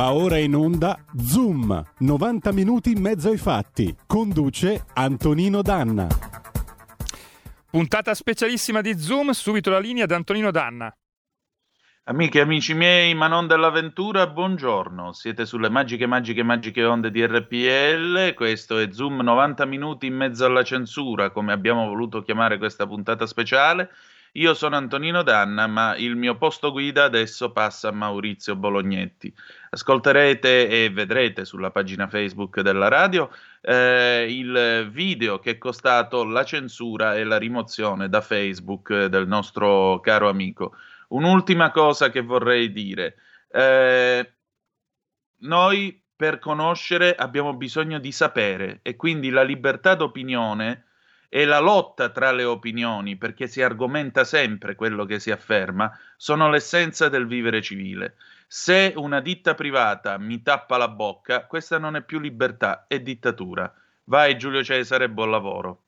Va ora in onda Zoom, 90 minuti in mezzo ai fatti. Conduce Antonino Danna. Puntata specialissima di Zoom, subito la linea ad Antonino Danna. Amiche e amici miei, ma non dell'avventura, buongiorno. Siete sulle magiche onde di RPL. Questo è Zoom 90 minuti in mezzo alla censura, come abbiamo voluto chiamare questa puntata speciale. Io sono Antonino Danna, ma il mio posto guida adesso passa a Maurizio Bolognetti. Ascolterete e vedrete sulla pagina Facebook della radio il video che è costato la censura e la rimozione da Facebook del nostro caro amico. Un'ultima cosa che vorrei dire. Noi per conoscere abbiamo bisogno di sapere e quindi la libertà d'opinione e la lotta tra le opinioni, perché si argomenta sempre quello che si afferma, sono l'essenza del vivere civile. Se una ditta privata mi tappa la bocca, questa non è più libertà, è dittatura. Vai Giulio Cesare, buon lavoro.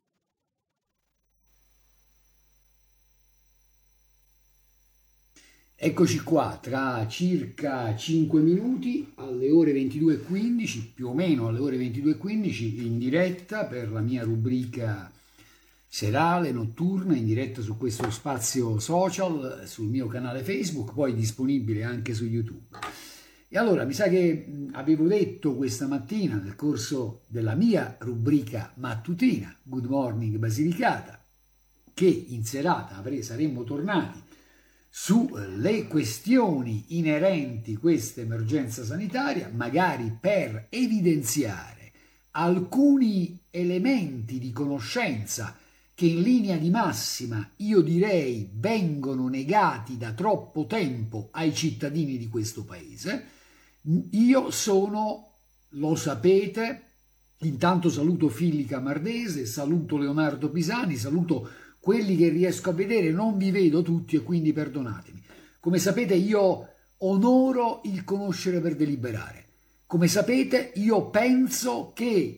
Eccoci qua, tra circa 5 minuti alle ore 22.15, più o meno alle ore 22.15, in diretta per la mia rubrica serale, notturna, in diretta su questo spazio social, sul mio canale Facebook, poi disponibile anche su YouTube. E allora, mi sa che avevo detto questa mattina nel corso della mia rubrica mattutina, Good Morning Basilicata, che in serata saremmo tornati sulle questioni inerenti a questa emergenza sanitaria, magari per evidenziare alcuni elementi di conoscenza che in linea di massima io direi vengono negati da troppo tempo ai cittadini di questo paese. Io sono, lo sapete, intanto saluto Filli Camardese, saluto Leonardo Pisani, saluto quelli che riesco a vedere, non vi vedo tutti e quindi perdonatemi. Come sapete io onoro il conoscere per deliberare. Come sapete io penso che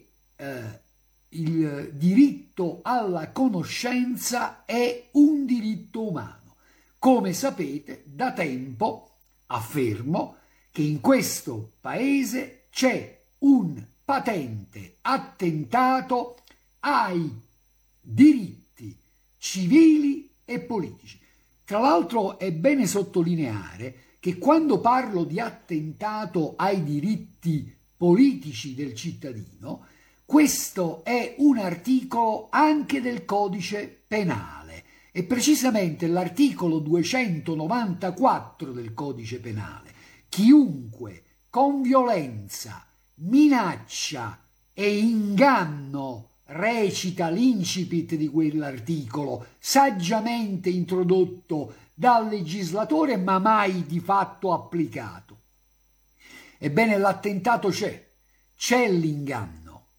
il diritto alla conoscenza è un diritto umano. Come sapete da tempo affermo che in questo paese c'è un patente attentato ai diritti civili e politici. Tra l'altro è bene sottolineare che quando parlo di attentato ai diritti politici del cittadino, questo è un articolo anche del codice penale e precisamente l'articolo 294 del codice penale. Chiunque con violenza, minaccia e inganno, recita l'incipit di quell'articolo, saggiamente introdotto dal legislatore ma mai di fatto applicato. Ebbene, l'attentato c'è l'inganno,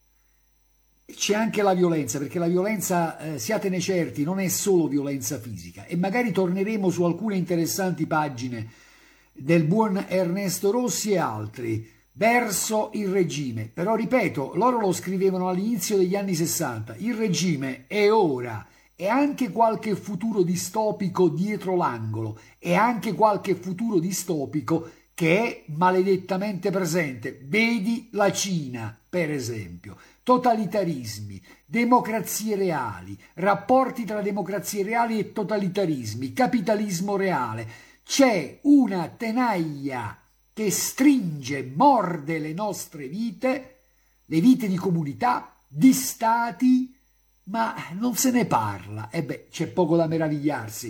c'è anche la violenza, perché la violenza, siatene certi, non è solo violenza fisica, e magari torneremo su alcune interessanti pagine del buon Ernesto Rossi e altri verso il regime. Però ripeto, loro lo scrivevano all'inizio degli anni 60, il regime è ora, e anche qualche futuro distopico dietro l'angolo, e anche qualche futuro distopico che è maledettamente presente. Vedi la Cina, per esempio. Totalitarismi, democrazie reali, rapporti tra democrazie reali e totalitarismi, capitalismo reale. C'è una tenaglia che stringe, morde le nostre vite, le vite di comunità, di stati, ma non se ne parla. C'è poco da meravigliarsi.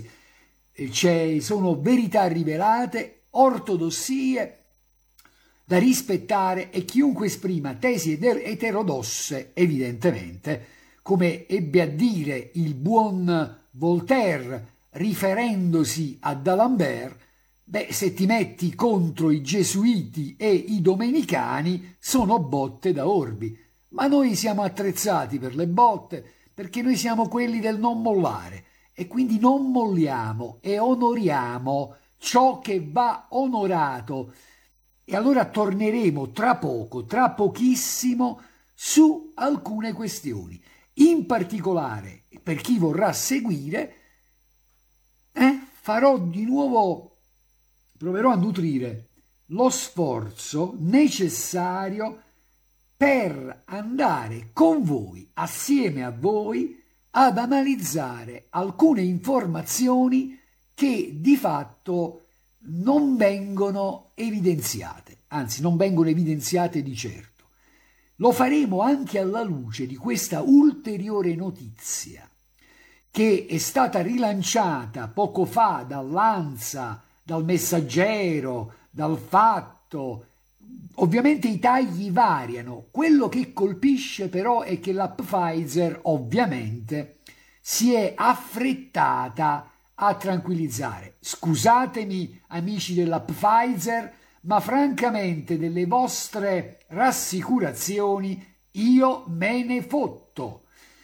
Sono verità rivelate, ortodossie da rispettare, e chiunque esprima tesi eterodosse, evidentemente, come ebbe a dire il buon Voltaire riferendosi a D'Alembert, se ti metti contro i gesuiti e i domenicani sono botte da orbi. Ma noi siamo attrezzati per le botte, perché noi siamo quelli del non mollare, e quindi non molliamo e onoriamo ciò che va onorato. E allora torneremo tra poco, tra pochissimo, su alcune questioni. In particolare, per chi vorrà seguire, farò di nuovo, proverò a nutrire lo sforzo necessario per andare con voi, assieme a voi, ad analizzare alcune informazioni che di fatto non vengono evidenziate, anzi non vengono evidenziate di certo. Lo faremo anche alla luce di questa ulteriore notizia che è stata rilanciata poco fa dall'ANSA, dal Messaggero, dal Fatto. Ovviamente i tagli variano, quello che colpisce però è che la Pfizer ovviamente si è affrettata a tranquillizzare. Scusatemi amici della Pfizer, ma francamente delle vostre rassicurazioni io me ne fotto.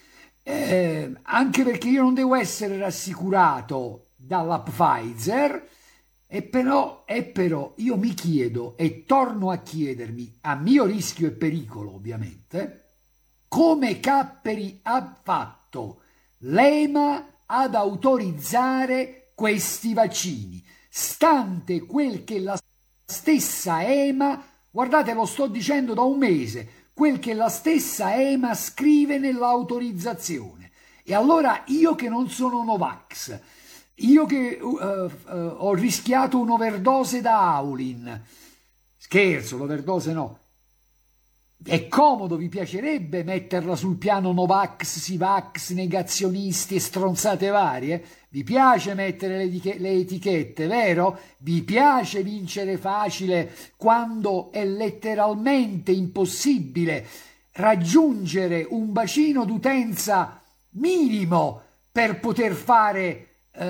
Anche perché io non devo essere rassicurato dalla Pfizer, e però io mi chiedo e torno a chiedermi, a mio rischio e pericolo ovviamente, come capperi ha fatto l'EMA ad autorizzare questi vaccini, stante quel che la stessa EMA, guardate lo sto dicendo da un mese, quel che la stessa EMA scrive nell'autorizzazione. E allora io che non sono Novax, io che ho rischiato un'overdose da Aulin, scherzo, l'overdose no, è comodo, vi piacerebbe metterla sul piano Novax, Sivax, negazionisti e stronzate varie? Vi piace mettere le etichette, vero? Vi piace vincere facile quando è letteralmente impossibile raggiungere un bacino d'utenza minimo per poter fare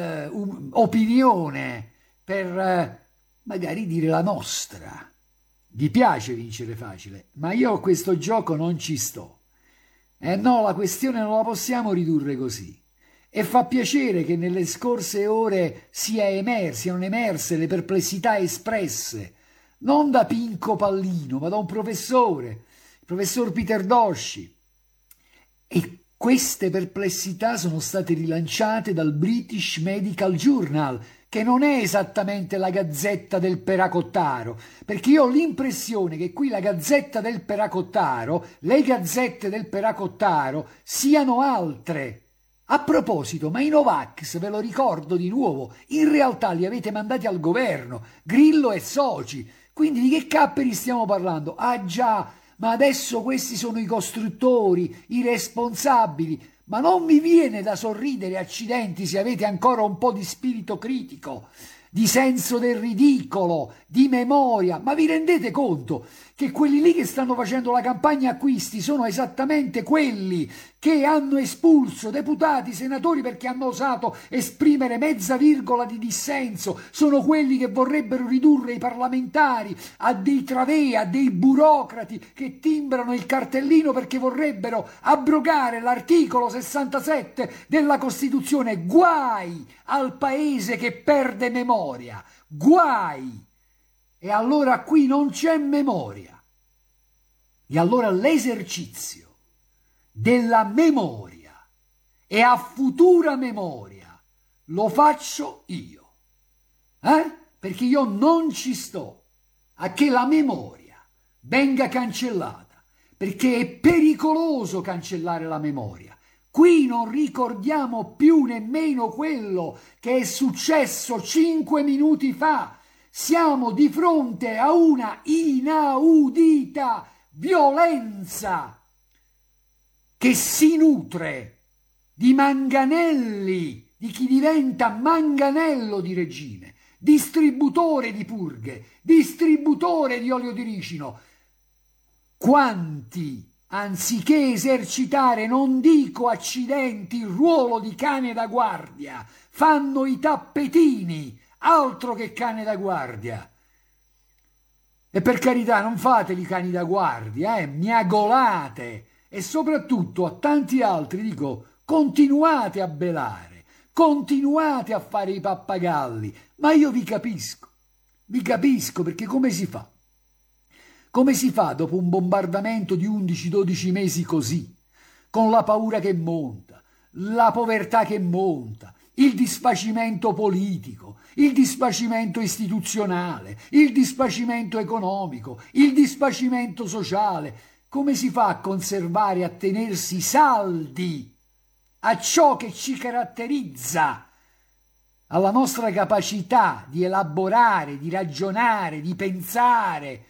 opinione, per magari dire la nostra. Vi piace vincere facile, ma io a questo gioco non ci sto. No, la questione non la possiamo ridurre così. E fa piacere che nelle scorse ore siano emerse le perplessità espresse, non da Pinco Pallino, ma da un professore, il professor Peter Doshi. E queste perplessità sono state rilanciate dal British Medical Journal, che non è esattamente la Gazzetta del Peracottaro, perché io ho l'impressione che qui la Gazzetta del Peracottaro, le Gazzette del Peracottaro siano altre. A proposito, ma i Novax, ve lo ricordo di nuovo, in realtà li avete mandati al governo, Grillo e soci, quindi di che capperi stiamo parlando? Ah già, ma adesso questi sono i costruttori, i responsabili. Ma non mi viene da sorridere, accidenti, se avete ancora un po' di spirito critico, di senso del ridicolo, di memoria. Ma vi rendete conto che quelli lì che stanno facendo la campagna acquisti sono esattamente quelli che hanno espulso deputati, senatori perché hanno osato esprimere mezza virgola di dissenso, sono quelli che vorrebbero ridurre i parlamentari a dei travea, a dei burocrati che timbrano il cartellino perché vorrebbero abrogare l'articolo 67 della Costituzione. Guai al paese che perde memoria, guai! E allora qui non c'è memoria. E allora l'esercizio della memoria e a futura memoria lo faccio io. Perché io non ci sto a che la memoria venga cancellata, perché è pericoloso cancellare la memoria. Qui non ricordiamo più nemmeno quello che è successo 5 minuti fa. Siamo di fronte a una inaudita violenza che si nutre di manganelli, di chi diventa manganello di regime, distributore di purghe, distributore di olio di ricino. Quanti, anziché esercitare, non dico accidenti, il ruolo di cane da guardia, fanno i tappetini, altro che cane da guardia. E per carità, non fateli cani da guardia, miagolate. E soprattutto a tanti altri dico, continuate a belare, continuate a fare i pappagalli, ma io vi capisco perché come si fa? Come si fa dopo un bombardamento di 11-12 mesi così, con la paura che monta, la povertà che monta, il disfacimento politico, il disfacimento istituzionale, il disfacimento economico, il disfacimento sociale. Come si fa a conservare, a tenersi saldi a ciò che ci caratterizza, alla nostra capacità di elaborare, di ragionare, di pensare?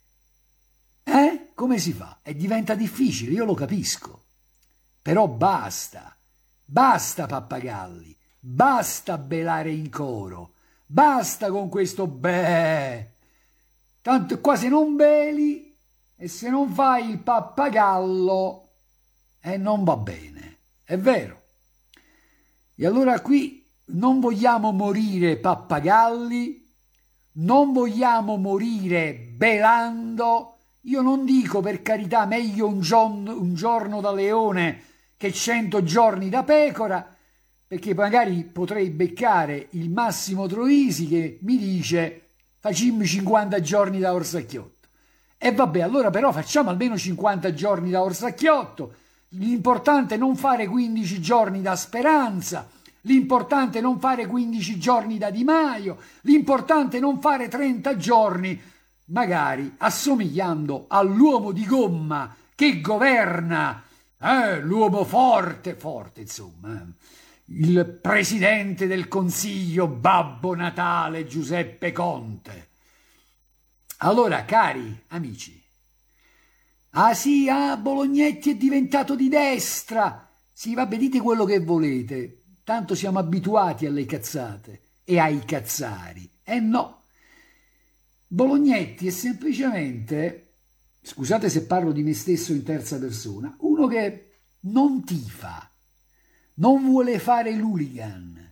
Come si fa? E diventa difficile, io lo capisco. Però basta pappagalli, basta belare in coro, basta con questo beh. Tanto qua se non beli e se non fai il pappagallo non va bene, è vero. E allora qui non vogliamo morire pappagalli, non vogliamo morire belando. Io non dico, per carità, meglio un giorno da leone che 100 giorni da pecora, perché magari potrei beccare il Massimo Troisi che mi dice facciamo 50 giorni da orsacchiotto. E vabbè, allora però facciamo almeno 50 giorni da orsacchiotto. L'importante è non fare 15 giorni da Speranza, l'importante è non fare 15 giorni da Di Maio, l'importante è non fare 30 giorni magari assomigliando all'uomo di gomma che governa, l'uomo forte, insomma, il presidente del Consiglio Babbo Natale Giuseppe Conte. Allora, cari amici, Bolognetti è diventato di destra. Sì, vabbè, dite quello che volete, tanto siamo abituati alle cazzate e ai cazzari. No. Bolognetti è semplicemente, scusate se parlo di me stesso in terza persona, uno che non tifa, non vuole fare l'hooligan.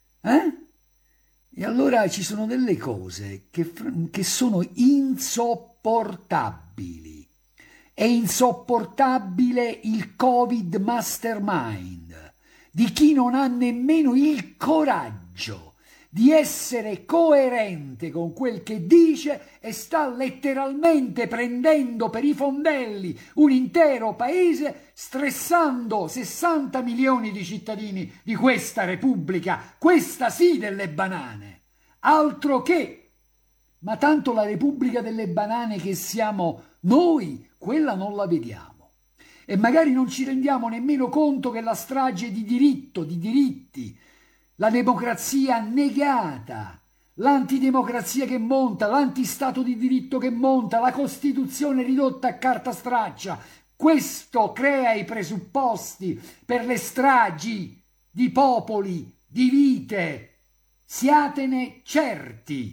E allora ci sono delle cose che sono insopportabili. È insopportabile il Covid mastermind di chi non ha nemmeno il coraggio di essere coerente con quel che dice e sta letteralmente prendendo per i fondelli un intero paese, stressando 60 milioni di cittadini di questa Repubblica, questa sì delle banane, altro che. Ma tanto la Repubblica delle banane che siamo noi, quella non la vediamo. E magari non ci rendiamo nemmeno conto che la strage di diritto, di diritti, la democrazia negata, l'antidemocrazia che monta, l'antistato di diritto che monta, la Costituzione ridotta a carta straccia, questo crea i presupposti per le stragi di popoli, di vite. Siatene certi.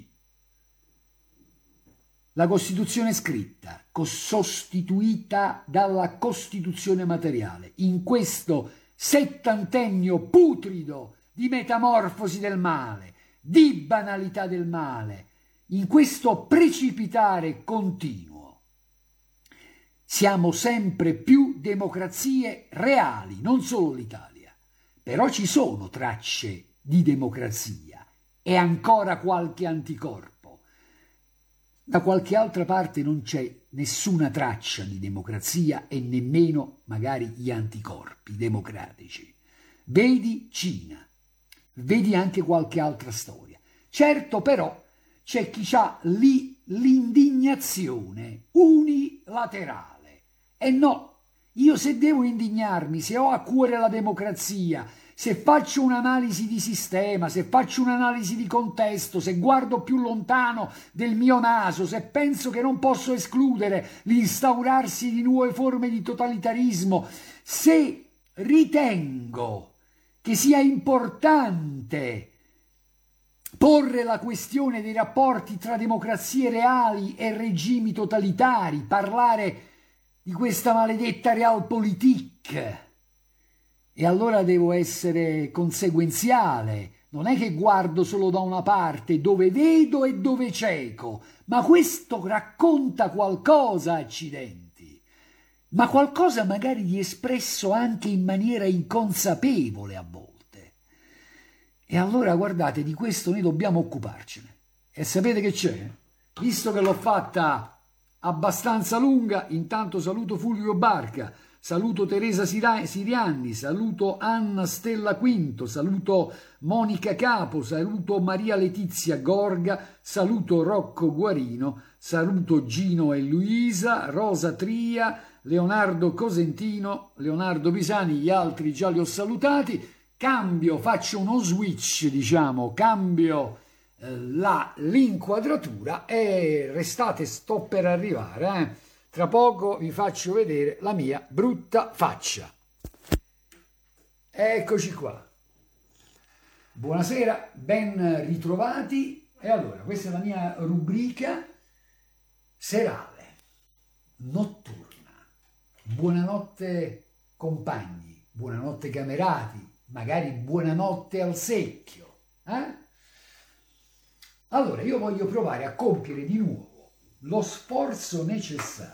La Costituzione scritta, sostituita dalla Costituzione materiale, in questo settantennio putrido di metamorfosi del male, di banalità del male, in questo precipitare continuo. Siamo sempre più democrazie reali, non solo l'Italia, però ci sono tracce di democrazia e ancora qualche anticorpo. Da qualche altra parte non c'è nessuna traccia di democrazia e nemmeno magari gli anticorpi democratici. Vedi Cina. Vedi anche qualche altra storia. Certo, però, c'è chi ha lì l'indignazione unilaterale. E no, io se devo indignarmi, se ho a cuore la democrazia, se faccio un'analisi di sistema, se faccio un'analisi di contesto, se guardo più lontano del mio naso, se penso che non posso escludere l'instaurarsi di nuove forme di totalitarismo, se ritengo che sia importante porre la questione dei rapporti tra democrazie reali e regimi totalitari, parlare di questa maledetta realpolitik, e allora devo essere conseguenziale. Non è che guardo solo da una parte, dove vedo e dove cieco, ma questo racconta qualcosa, accidenti, ma qualcosa magari di espresso anche in maniera inconsapevole a volte. E allora guardate, di questo noi dobbiamo occuparcene. E sapete che c'è? Visto che l'ho fatta abbastanza lunga, intanto saluto Fulvio Barca, saluto Teresa Sirianni, saluto Anna Stella Quinto, saluto Monica Capo, saluto Maria Letizia Gorga, saluto Rocco Guarino, saluto Gino e Luisa, Rosa Tria, Leonardo Cosentino, Leonardo Pisani, gli altri già li ho salutati. Cambio, faccio uno switch, diciamo, cambio l'inquadratura e restate, sto per arrivare, Tra poco vi faccio vedere la mia brutta faccia. Eccoci qua. Buonasera, ben ritrovati. E allora, questa è la mia rubrica serale, notturna. Buonanotte compagni, buonanotte camerati, magari buonanotte al secchio. Allora, io voglio provare a compiere di nuovo lo sforzo necessario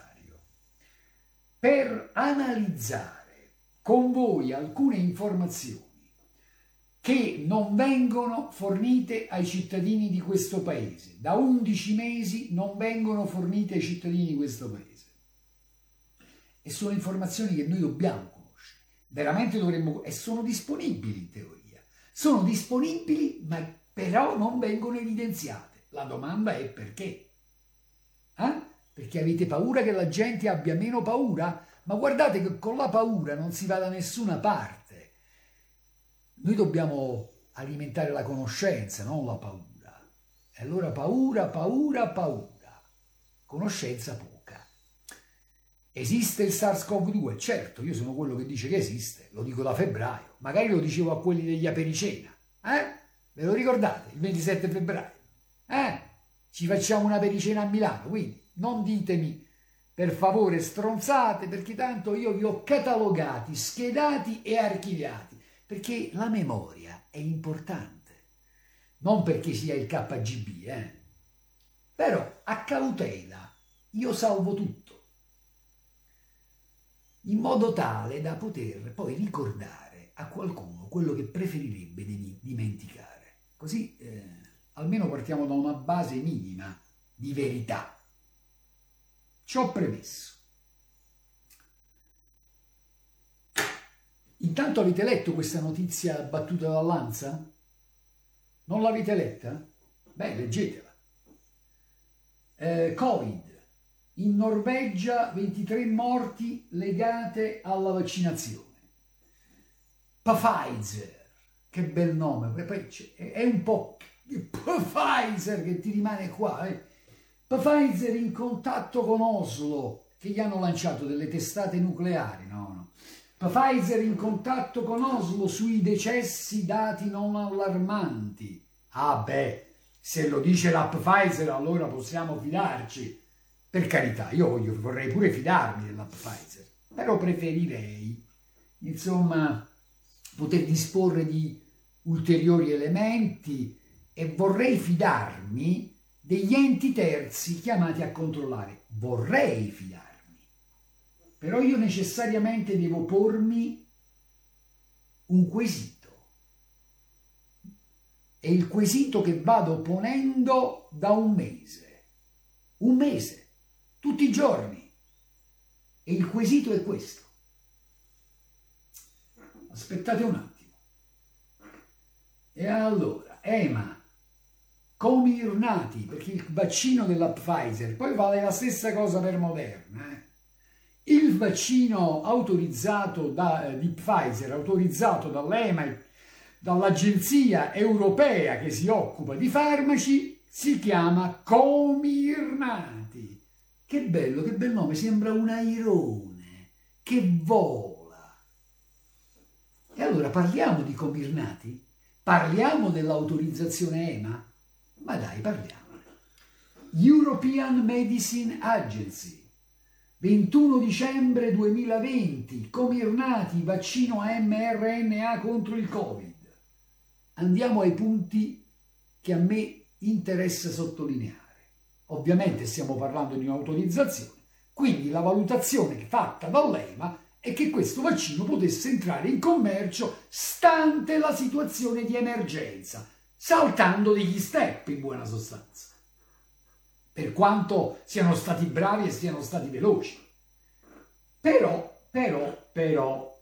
per analizzare con voi alcune informazioni che non vengono fornite ai cittadini di questo paese. Da 11 mesi non vengono fornite ai cittadini di questo paese. E sono informazioni che noi dobbiamo conoscere. Veramente dovremmo, e sono disponibili in teoria. Sono disponibili, ma però non vengono evidenziate. La domanda è perché? Perché avete paura che la gente abbia meno paura? Ma guardate che con la paura non si va da nessuna parte. Noi dobbiamo alimentare la conoscenza, non la paura. E allora paura. Conoscenza poca. Esiste il SARS-CoV-2? Certo, io sono quello che dice che esiste, lo dico da febbraio. Magari lo dicevo a quelli degli apericena. Ve lo ricordate? Il 27 febbraio. Ci facciamo una pericena a Milano, quindi non ditemi per favore stronzate, perché tanto io vi ho catalogati, schedati e archiviati, perché la memoria è importante, non perché sia il KGB, però a cautela io salvo tutto, in modo tale da poter poi ricordare a qualcuno quello che preferirebbe dimenticare, così almeno partiamo da una base minima di verità. Ciò premesso. Intanto avete letto questa notizia battuta dall'Ansa? Non l'avete letta? Beh, leggetela. Covid. In Norvegia 23 morti legate alla vaccinazione. Pfizer. Che bel nome. È un po' Pfizer che ti rimane qua, Pfizer in contatto con Oslo, che gli hanno lanciato delle testate nucleari, no. Pfizer in contatto con Oslo sui decessi, dati non allarmanti. Se lo dice la Pfizer allora possiamo fidarci. Per carità, io vorrei pure fidarmi della Pfizer, però preferirei, insomma, poter disporre di ulteriori elementi e vorrei fidarmi degli enti terzi chiamati a controllare. Vorrei fidarmi, però io necessariamente devo pormi un quesito. È il quesito che vado ponendo da un mese, tutti i giorni. E il quesito è questo. Aspettate un attimo. E allora, EMA, Comirnaty, perché il vaccino della Pfizer, poi vale la stessa cosa per Moderna. Il vaccino autorizzato di Pfizer, autorizzato dall'EMA, dall'agenzia europea che si occupa di farmaci, si chiama Comirnaty. Che bello, che bel nome, sembra un airone che vola. E allora parliamo di Comirnaty? Parliamo dell'autorizzazione EMA? Ma dai, parliamone. European Medicine Agency, 21 dicembre 2020, Comirnaty, vaccino a mRNA contro il Covid. Andiamo ai punti che a me interessa sottolineare. Ovviamente stiamo parlando di un'autorizzazione, quindi la valutazione fatta dall'EMA è che questo vaccino potesse entrare in commercio stante la situazione di emergenza, saltando degli step in buona sostanza, per quanto siano stati bravi e siano stati veloci. Però però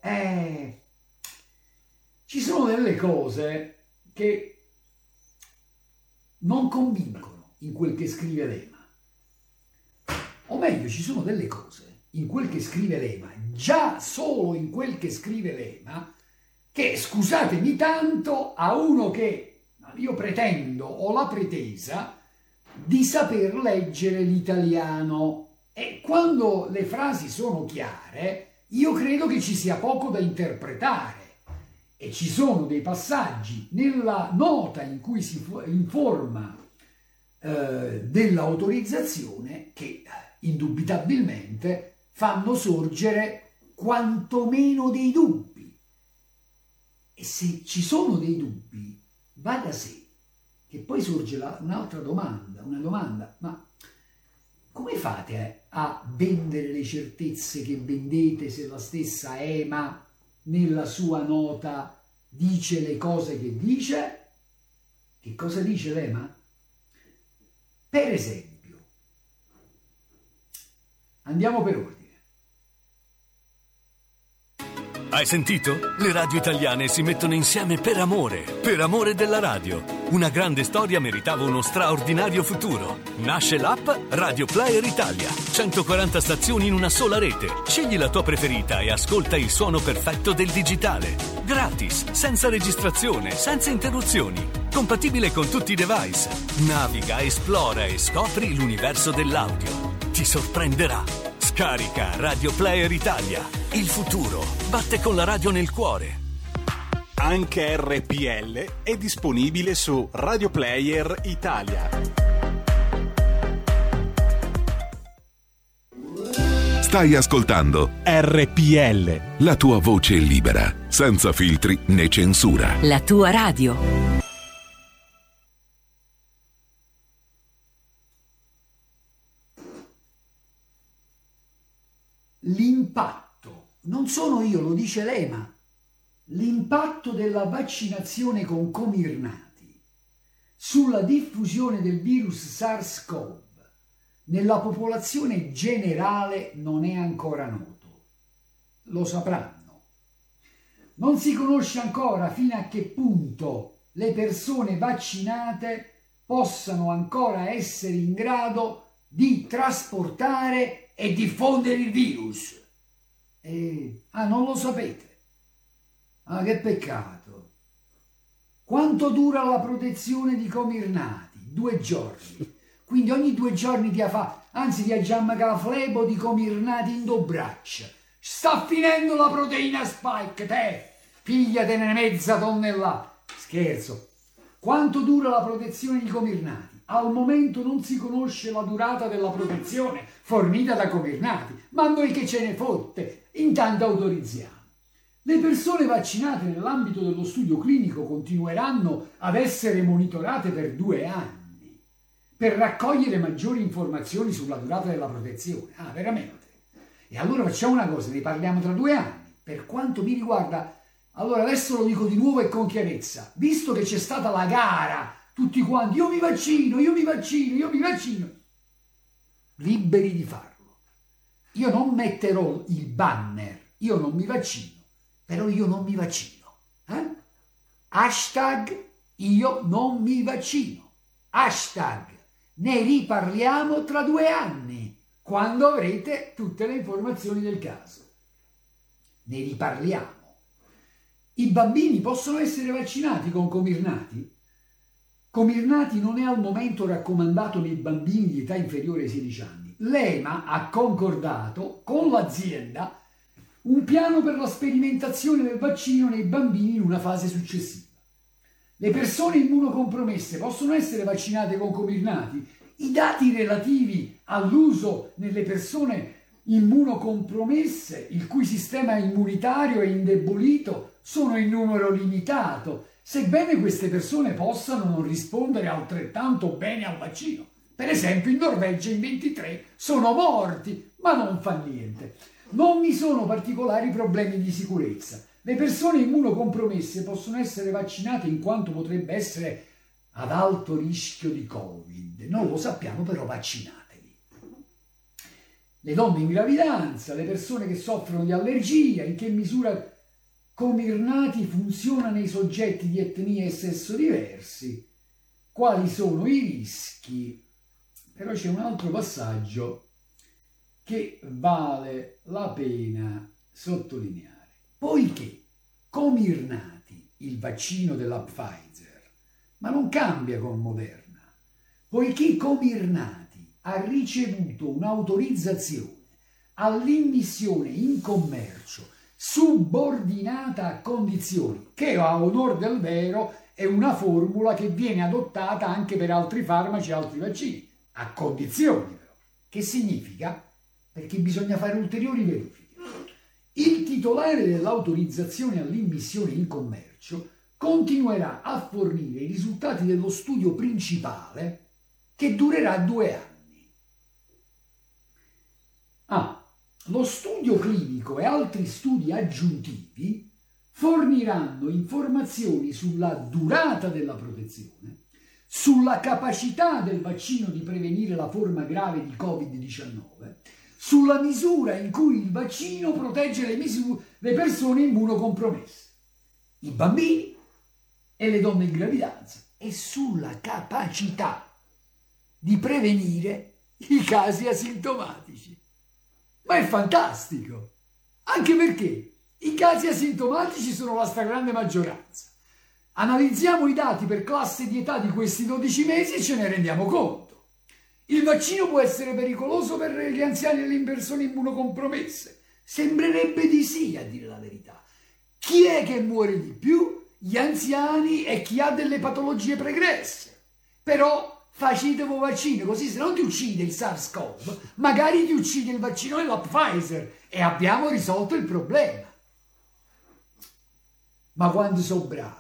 ci sono delle cose che non convincono in quel che scrive Lema. O meglio, ci sono delle cose in quel che scrive Lema, già solo in quel che scrive Lema, che, scusatemi tanto, a uno che io pretendo, ho la pretesa di saper leggere l'italiano, e quando le frasi sono chiare io credo che ci sia poco da interpretare, e ci sono dei passaggi nella nota in cui si informa dell'autorizzazione che indubitabilmente fanno sorgere quantomeno dei dubbi. E se ci sono dei dubbi, va da sé che poi sorge un'altra domanda, ma come fate a vendere le certezze che vendete se la stessa EMA nella sua nota dice le cose che dice? Che cosa dice l'EMA? Per esempio, andiamo per ordine. Hai sentito? Le radio italiane si mettono insieme per amore della radio. Una grande storia meritava uno straordinario futuro. Nasce l'app Radio Player Italia. 140 stazioni in una sola rete. Scegli la tua preferita e ascolta il suono perfetto del digitale. Gratis, senza registrazione, senza interruzioni. Compatibile con tutti i device. Naviga, esplora e scopri l'universo dell'audio. Ti sorprenderà. Scarica Radio Player Italia. Il futuro batte con la radio nel cuore. Anche RPL è disponibile su Radio Player Italia. Stai ascoltando RPL, la tua voce libera, senza filtri né censura. La tua radio. L'impatto, non sono io, lo dice l'EMA, l'impatto della vaccinazione con Comirnaty sulla diffusione del virus SARS-CoV nella popolazione generale non è ancora noto. Lo sapranno. Non si conosce ancora fino a che punto le persone vaccinate possano ancora essere in grado di trasportare e diffondere il virus. Non lo sapete? Che peccato. Quanto dura la protezione di Comirnaty? 2 giorni. Quindi ogni 2 giorni ti aggiamma la flebo di Comirnaty in 2 braccia. Sta finendo la proteina spike, te, figliatene mezza tonnellata. Scherzo. Quanto dura la protezione di Comirnaty? Al momento non si conosce la durata della protezione fornita da Comirnaty, ma noi che ce ne fotte, intanto autorizziamo. Le persone vaccinate nell'ambito dello studio clinico continueranno ad essere monitorate per 2 anni per raccogliere maggiori informazioni sulla durata della protezione. Veramente? E allora facciamo una cosa, ne parliamo tra 2 anni. Per quanto mi riguarda, allora adesso lo dico di nuovo e con chiarezza, visto che c'è stata la gara, tutti quanti, io mi vaccino, liberi di farlo. Io non metterò il banner, io non mi vaccino, però io non mi vaccino. Hashtag io non mi vaccino. Hashtag ne riparliamo tra 2 anni, quando avrete tutte le informazioni del caso. Ne riparliamo. I bambini possono essere vaccinati con Comirnaty? Comirnaty non è al momento raccomandato nei bambini di età inferiore ai 16 anni. L'EMA ha concordato con l'azienda un piano per la sperimentazione del vaccino nei bambini in una fase successiva. Le persone immunocompromesse possono essere vaccinate con Comirnaty? I dati relativi all'uso nelle persone immunocompromesse, il cui sistema immunitario è indebolito, sono in numero limitato, sebbene queste persone possano non rispondere altrettanto bene al vaccino. Per esempio in Norvegia in 23 sono morti, ma non fa niente. Non vi sono particolari problemi di sicurezza. Le persone immunocompromesse possono essere vaccinate in quanto potrebbe essere ad alto rischio di Covid. Non lo sappiamo, però vaccinatevi. le donne in gravidanza, le persone che soffrono di allergia, in che misura Comirnaty funziona nei soggetti di etnie e sesso diversi, quali sono i rischi. Però c'è un altro passaggio che vale la pena sottolineare. Poiché Comirnaty, il vaccino della Pfizer, ma non cambia con Moderna, poiché Comirnaty ha ricevuto un'autorizzazione all'immissione in commercio subordinata a condizioni, che a onor del vero è una formula che viene adottata anche per altri farmaci e altri vaccini, a condizioni però. Che significa? Perché bisogna fare ulteriori verifiche. Il titolare dell'autorizzazione all'immissione in commercio continuerà a fornire i risultati dello studio principale che durerà 2 anni. Lo studio clinico e altri studi aggiuntivi forniranno informazioni sulla durata della protezione, sulla capacità del vaccino di prevenire la forma grave di Covid-19, sulla misura in cui il vaccino protegge le persone immunocompromesse, i bambini e le donne in gravidanza, e sulla capacità di prevenire i casi asintomatici. Ma è fantastico, anche perché i casi asintomatici sono la stragrande maggioranza. Analizziamo i dati per classe di età di questi 12 mesi e ce ne rendiamo conto. Il vaccino può essere pericoloso per gli anziani e le persone immunocompromesse? Sembrerebbe di sì, a dire la verità. Chi è che muore di più? Gli anziani e chi ha delle patologie pregresse. Però facetevo vaccino, così se non ti uccide il SARS-CoV, magari ti uccide il vaccino della Pfizer e abbiamo risolto il problema. Ma quando sono bravi?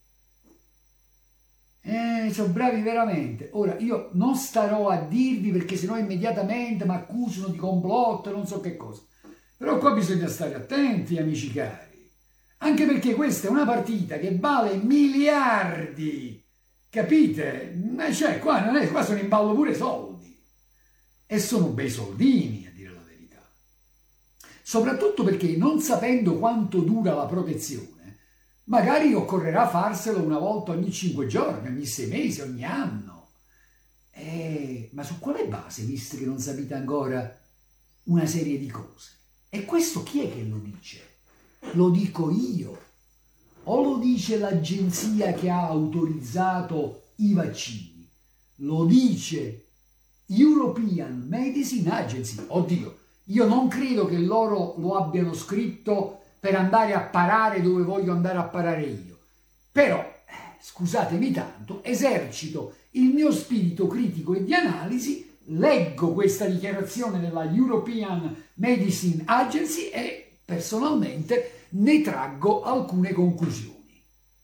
Sono bravi veramente. Ora, io non starò a dirvi, perché sennò immediatamente mi accusano di complotto e non so che cosa. Però qua bisogna stare attenti, amici cari. Anche perché questa è una partita che vale miliardi. Capite? Cioè, qua sono in ballo pure soldi. E sono bei soldini, a dire la verità. Soprattutto perché, non sapendo quanto dura la protezione, magari occorrerà farselo una volta ogni 5 giorni, ogni 6 mesi, ogni anno. Ma su quale base, visto che non sapete ancora una serie di cose? E questo chi è che lo dice? Lo dico io? O lo dice l'agenzia che ha autorizzato i vaccini? Lo dice European Medicine Agency. Oddio, io non credo che loro lo abbiano scritto per andare a parare dove voglio andare a parare io. Però, scusatemi tanto, esercito il mio spirito critico e di analisi, leggo questa dichiarazione della European Medicine Agency e personalmente ne traggo alcune conclusioni.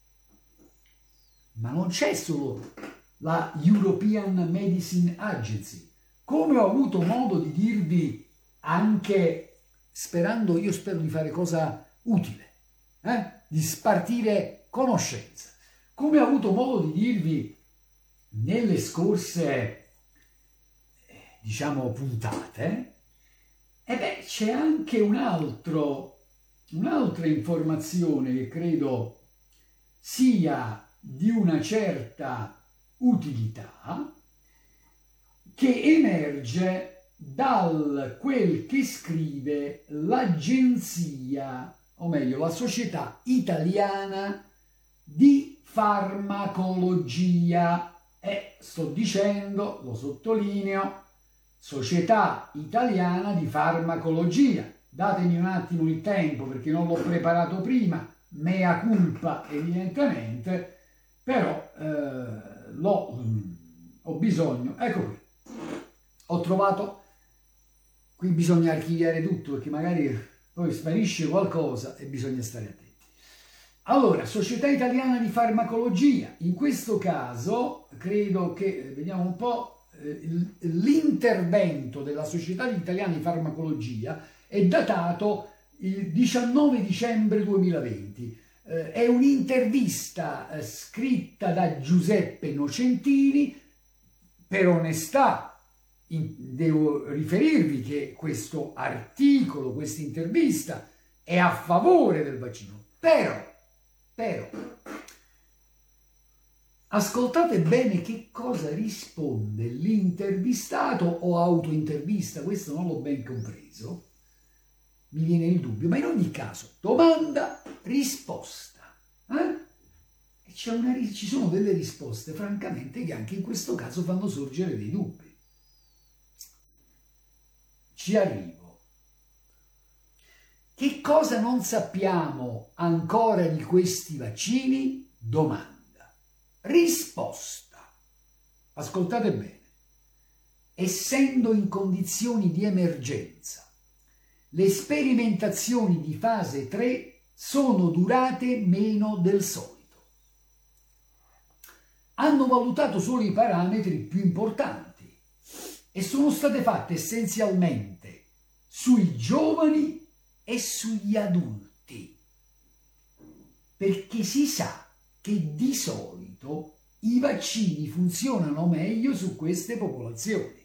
Ma non c'è solo la European Medicine Agency. Come ho avuto modo di dirvi anche, io spero di fare cosa utile, di spartire conoscenza. Come ho avuto modo di dirvi nelle scorse, puntate, c'è anche un'altra informazione che credo sia di una certa utilità, che emerge dal quel che scrive l'agenzia, o meglio la Società Italiana di Farmacologia. Sto dicendo, lo sottolineo, Società Italiana di Farmacologia. Datemi un attimo il tempo perché non l'ho preparato prima, mea culpa evidentemente, però ho bisogno, ecco qui, ho trovato, qui bisogna archiviare tutto perché magari poi sparisce qualcosa e bisogna stare attenti. Allora, Società Italiana di Farmacologia, in questo caso credo che, vediamo un po', l'intervento della Società Italiana di Farmacologia è datato il 19 dicembre 2020. È un'intervista scritta da Giuseppe Nocentini. Per onestà devo riferirvi che questo articolo, questa intervista è a favore del vaccino, però, ascoltate bene che cosa risponde l'intervistato o autointervista, questo non l'ho ben compreso, mi viene il dubbio, ma in ogni caso, domanda, risposta. E ci sono delle risposte, francamente, che anche in questo caso fanno sorgere dei dubbi. Ci arrivo. Che cosa non sappiamo ancora di questi vaccini? Domanda. Risposta. Ascoltate bene. Essendo in condizioni di emergenza, le sperimentazioni di fase 3 sono durate meno del solito. Hanno valutato solo i parametri più importanti e sono state fatte essenzialmente sui giovani e sugli adulti, perché si sa che di solito i vaccini funzionano meglio su queste popolazioni.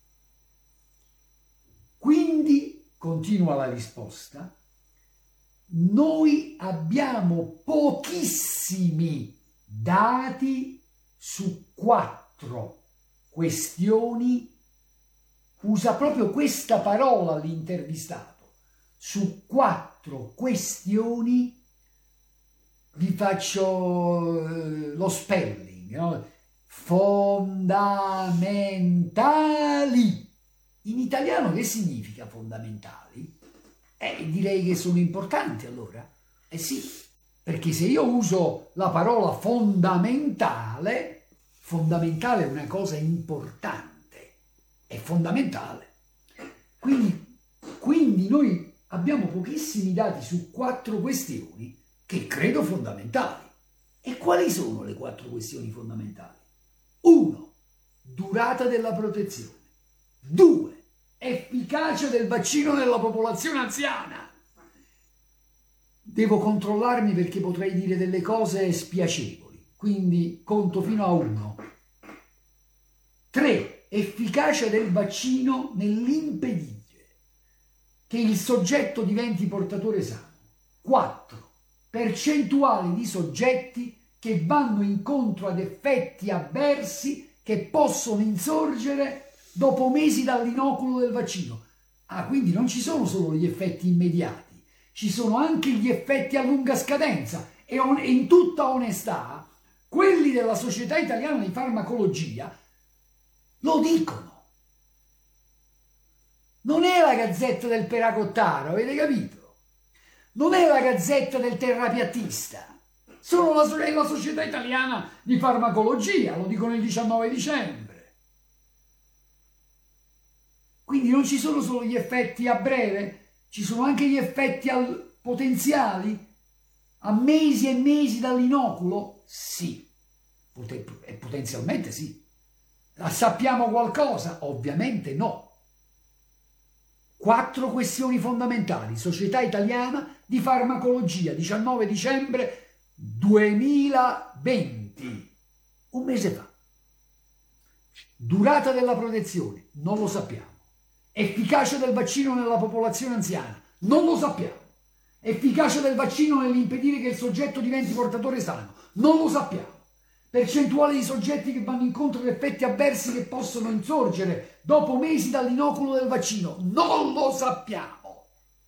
Quindi, continua la risposta, noi abbiamo pochissimi dati su 4 questioni, usa proprio questa parola l'intervistato, su 4 questioni, vi faccio lo spelling, no? Fondamentali. In italiano che significa fondamentali? Direi che sono importanti allora. Sì, perché se io uso la parola fondamentale è una cosa importante, è fondamentale. Quindi noi abbiamo pochissimi dati su 4 questioni che credo fondamentali. E quali sono le 4 questioni fondamentali? 1. Durata della protezione. 2. Efficacia del vaccino nella popolazione anziana. Devo controllarmi perché potrei dire delle cose spiacevoli, quindi conto fino a 1. 3. Efficacia del vaccino nell'impedire che il soggetto diventi portatore sano. 4. Percentuale di soggetti che vanno incontro ad effetti avversi che possono insorgere dopo mesi dall'inoculo del vaccino. Quindi non ci sono solo gli effetti immediati, ci sono anche gli effetti a lunga scadenza e in tutta onestà quelli della Società Italiana di Farmacologia lo dicono. Non è la Gazzetta del Peracottaro, avete capito? Non è la Gazzetta del Terrapiattista. Sono la Società Italiana di Farmacologia, lo dicono il 19 dicembre. Quindi non ci sono solo gli effetti a breve, ci sono anche gli effetti potenziali a mesi e mesi dall'inoculo? Sì, potenzialmente sì. Sappiamo qualcosa? Ovviamente no. 4 questioni fondamentali. Società Italiana di Farmacologia, 19 dicembre 2020, un mese fa. Durata della protezione, non lo sappiamo. Efficacia del vaccino nella popolazione anziana, non lo sappiamo. Efficacia del vaccino nell'impedire che il soggetto diventi portatore sano, non lo sappiamo. Percentuale di soggetti che vanno incontro ad effetti avversi che possono insorgere dopo mesi dall'inoculo del vaccino, non lo sappiamo.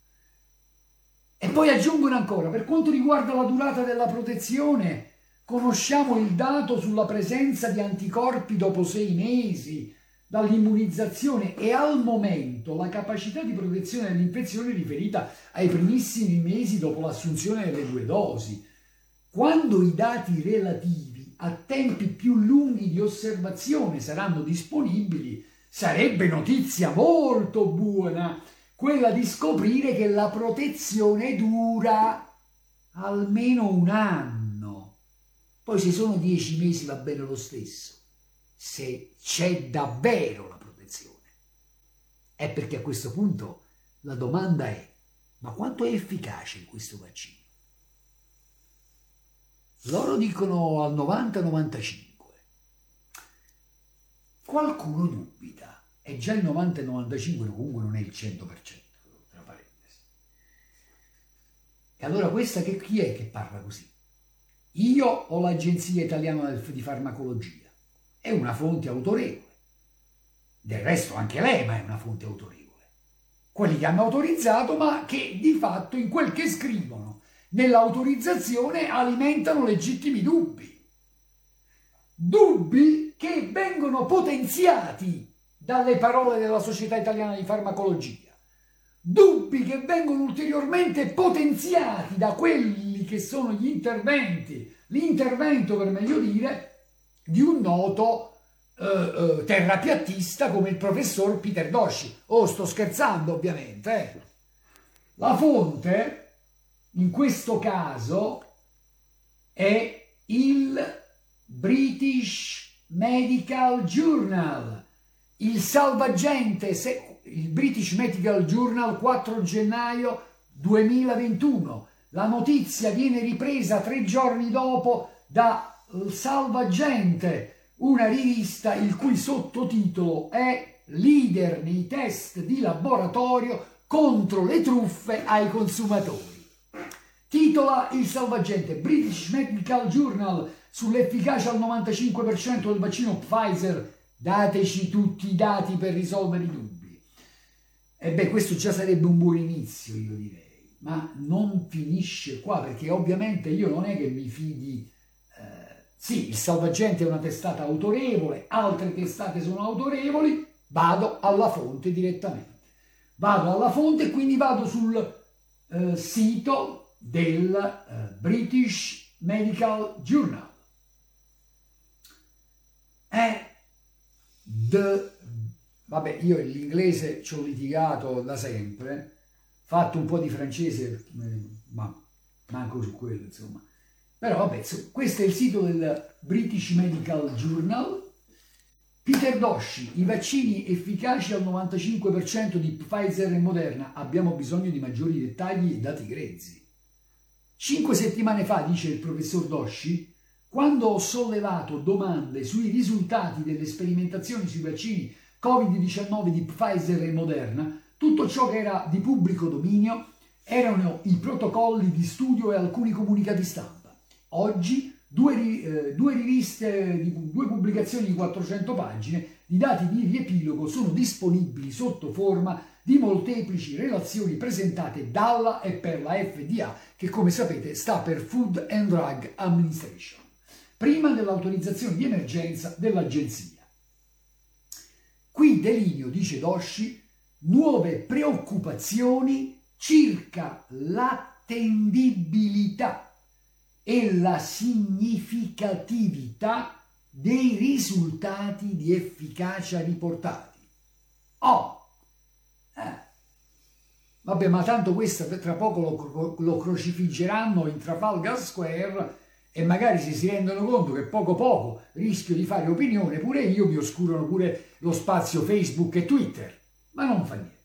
E poi aggiungono ancora, per quanto riguarda la durata della protezione, conosciamo il dato sulla presenza di anticorpi dopo 6 mesi dall'immunizzazione e al momento la capacità di protezione dell'infezione riferita ai primissimi mesi dopo l'assunzione delle 2 dosi. Quando i dati relativi a tempi più lunghi di osservazione saranno disponibili, sarebbe notizia molto buona quella di scoprire che la protezione dura almeno 1 anno. Poi se sono 10 mesi va bene lo stesso, se c'è davvero la protezione. È perché a questo punto la domanda è: ma quanto è efficace questo vaccino? Loro dicono al 90-95. Qualcuno dubita è già il 90 e il 95, comunque non è il 100%, tra parentesi. E allora chi è che parla così? Io o l'Agenzia Italiana di Farmacologia? È una fonte autorevole. Del resto anche l'EMA è una fonte autorevole. Quelli che hanno autorizzato, ma che di fatto in quel che scrivono nell'autorizzazione alimentano legittimi dubbi. Dubbi che vengono potenziati dalle parole della Società Italiana di Farmacologia. Dubbi che vengono ulteriormente potenziati da quelli che sono gli interventi, l'intervento per meglio dire, di un noto terrapiattista come il professor Peter Doshi. Sto scherzando ovviamente. La fonte in questo caso è il British Medical Journal, il salvagente, il British Medical Journal 4 gennaio 2021. La notizia viene ripresa 3 giorni dopo da Salvagente, una rivista il cui sottotitolo è Leader nei test di laboratorio contro le truffe ai consumatori. Titola il Salvagente, British Medical Journal, sull'efficacia al 95% del vaccino Pfizer. Dateci tutti i dati per risolvere i dubbi. E questo già sarebbe un buon inizio, io direi. Ma non finisce qua, perché ovviamente io non è che mi fidi. Sì, il Salvagente è una testata autorevole, altre testate sono autorevoli, vado alla fonte direttamente. Vado alla fonte e quindi vado sul sito del British Medical Journal. Vabbè, io l'inglese ci ho litigato da sempre, fatto un po' di francese, ma manco su quello, insomma. Però vabbè, questo è il sito del British Medical Journal. Peter Doshi, i vaccini efficaci al 95% di Pfizer e Moderna. Abbiamo bisogno di maggiori dettagli e dati grezzi. 5 settimane fa, dice il professor Doshi, quando ho sollevato domande sui risultati delle sperimentazioni sui vaccini Covid-19 di Pfizer e Moderna, tutto ciò che era di pubblico dominio erano i protocolli di studio e alcuni comunicati stampa. Oggi due pubblicazioni di 400 pagine di dati di riepilogo sono disponibili sotto forma di molteplici relazioni presentate dalla e per la FDA, che come sapete sta per Food and Drug Administration, prima dell'autorizzazione di emergenza dell'agenzia. Qui delineo, dice Doshi, nuove preoccupazioni circa l'attendibilità e la significatività dei risultati di efficacia riportati. Vabbè, ma tanto questa tra poco lo crocifiggeranno in Trafalgar Square e magari se si rendono conto che poco rischio di fare opinione pure io, mi oscurano pure lo spazio Facebook e Twitter, ma non fa niente.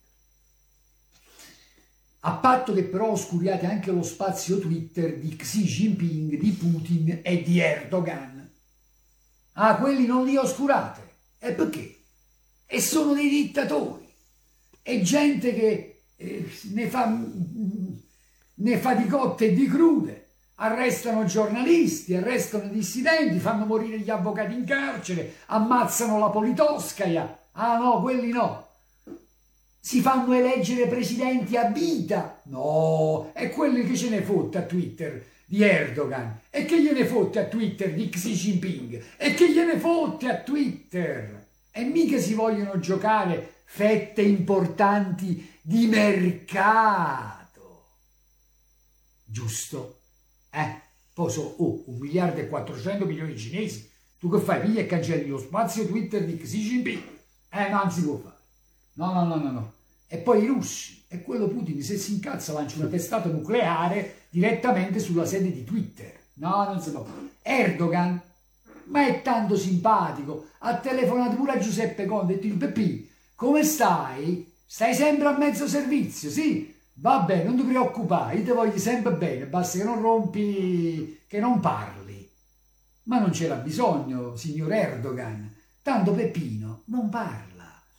A patto che però oscuriate anche lo spazio Twitter di Xi Jinping, di Putin e di Erdogan. Quelli non li oscurate. E perché? E sono dei dittatori. È gente che ne fa di cotte e di crude. Arrestano giornalisti, arrestano dissidenti, fanno morire gli avvocati in carcere, ammazzano la Politkovskaja. No, quelli no. Si fanno eleggere presidenti a vita. No, è quelli che ce ne fotte a Twitter di Erdogan, e che gliene fotte a Twitter di Xi Jinping, e che gliene fotte a Twitter. E mica si vogliono giocare fette importanti di mercato. Giusto? Poi sono 1,4 miliardi di cinesi. Tu che fai? Piglia e cancelli lo spazio Twitter di Xi Jinping? Non si può fare. No. E poi i russi, e quello Putin, se si incazza, lancia una testata nucleare direttamente sulla sede di Twitter. No, non si può. Erdogan, ma è tanto simpatico, ha telefonato pure a Giuseppe Conte e ha detto: Peppi, come stai? Stai sempre a mezzo servizio, sì? Vabbè, non ti preoccupare, io ti voglio sempre bene, basta che non rompi, che non parli. Ma non c'era bisogno, signor Erdogan, tanto Peppino non parla.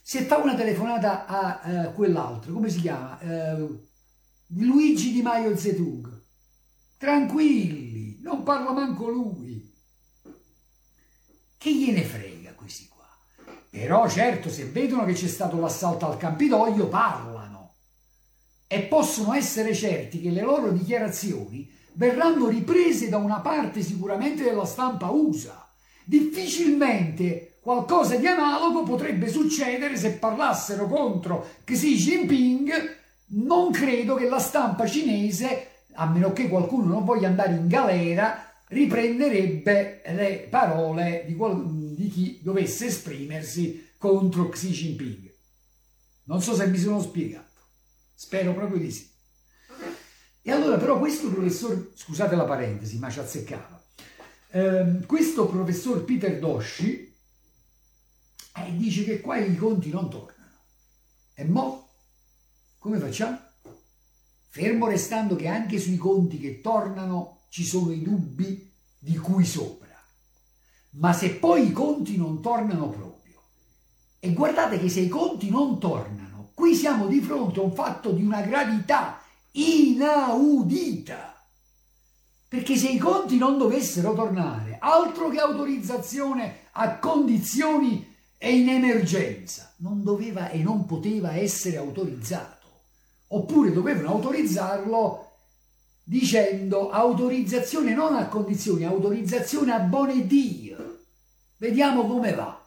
Se fa una telefonata a quell'altro, come si chiama? Luigi Di Maio Zedug. Tranquilli, non parla manco lui. Che gliene frega questi qua? Però certo, se vedono che c'è stato l'assalto al Campidoglio, parlano. E possono essere certi che le loro dichiarazioni verranno riprese da una parte sicuramente della stampa USA. Difficilmente qualcosa di analogo potrebbe succedere se parlassero contro Xi Jinping. Non credo che la stampa cinese, a meno che qualcuno non voglia andare in galera, riprenderebbe le parole di chi dovesse esprimersi contro Xi Jinping. Non so se mi sono spiegato, spero proprio di sì. E allora però questo professor, scusate la parentesi, ma ci azzeccava, questo professor Peter Doshi dice che qua i conti non tornano. E mo' come facciamo? Fermo restando che anche sui conti che tornano ci sono i dubbi di cui sopra. Ma se poi i conti non tornano proprio, e guardate che se i conti non tornano, qui siamo di fronte a un fatto di una gravità inaudita. Perché se i conti non dovessero tornare, altro che autorizzazione a condizioni e in emergenza, non doveva e non poteva essere autorizzato. Oppure dovevano autorizzarlo dicendo autorizzazione non a condizioni, autorizzazione a buone Dio. Vediamo come va.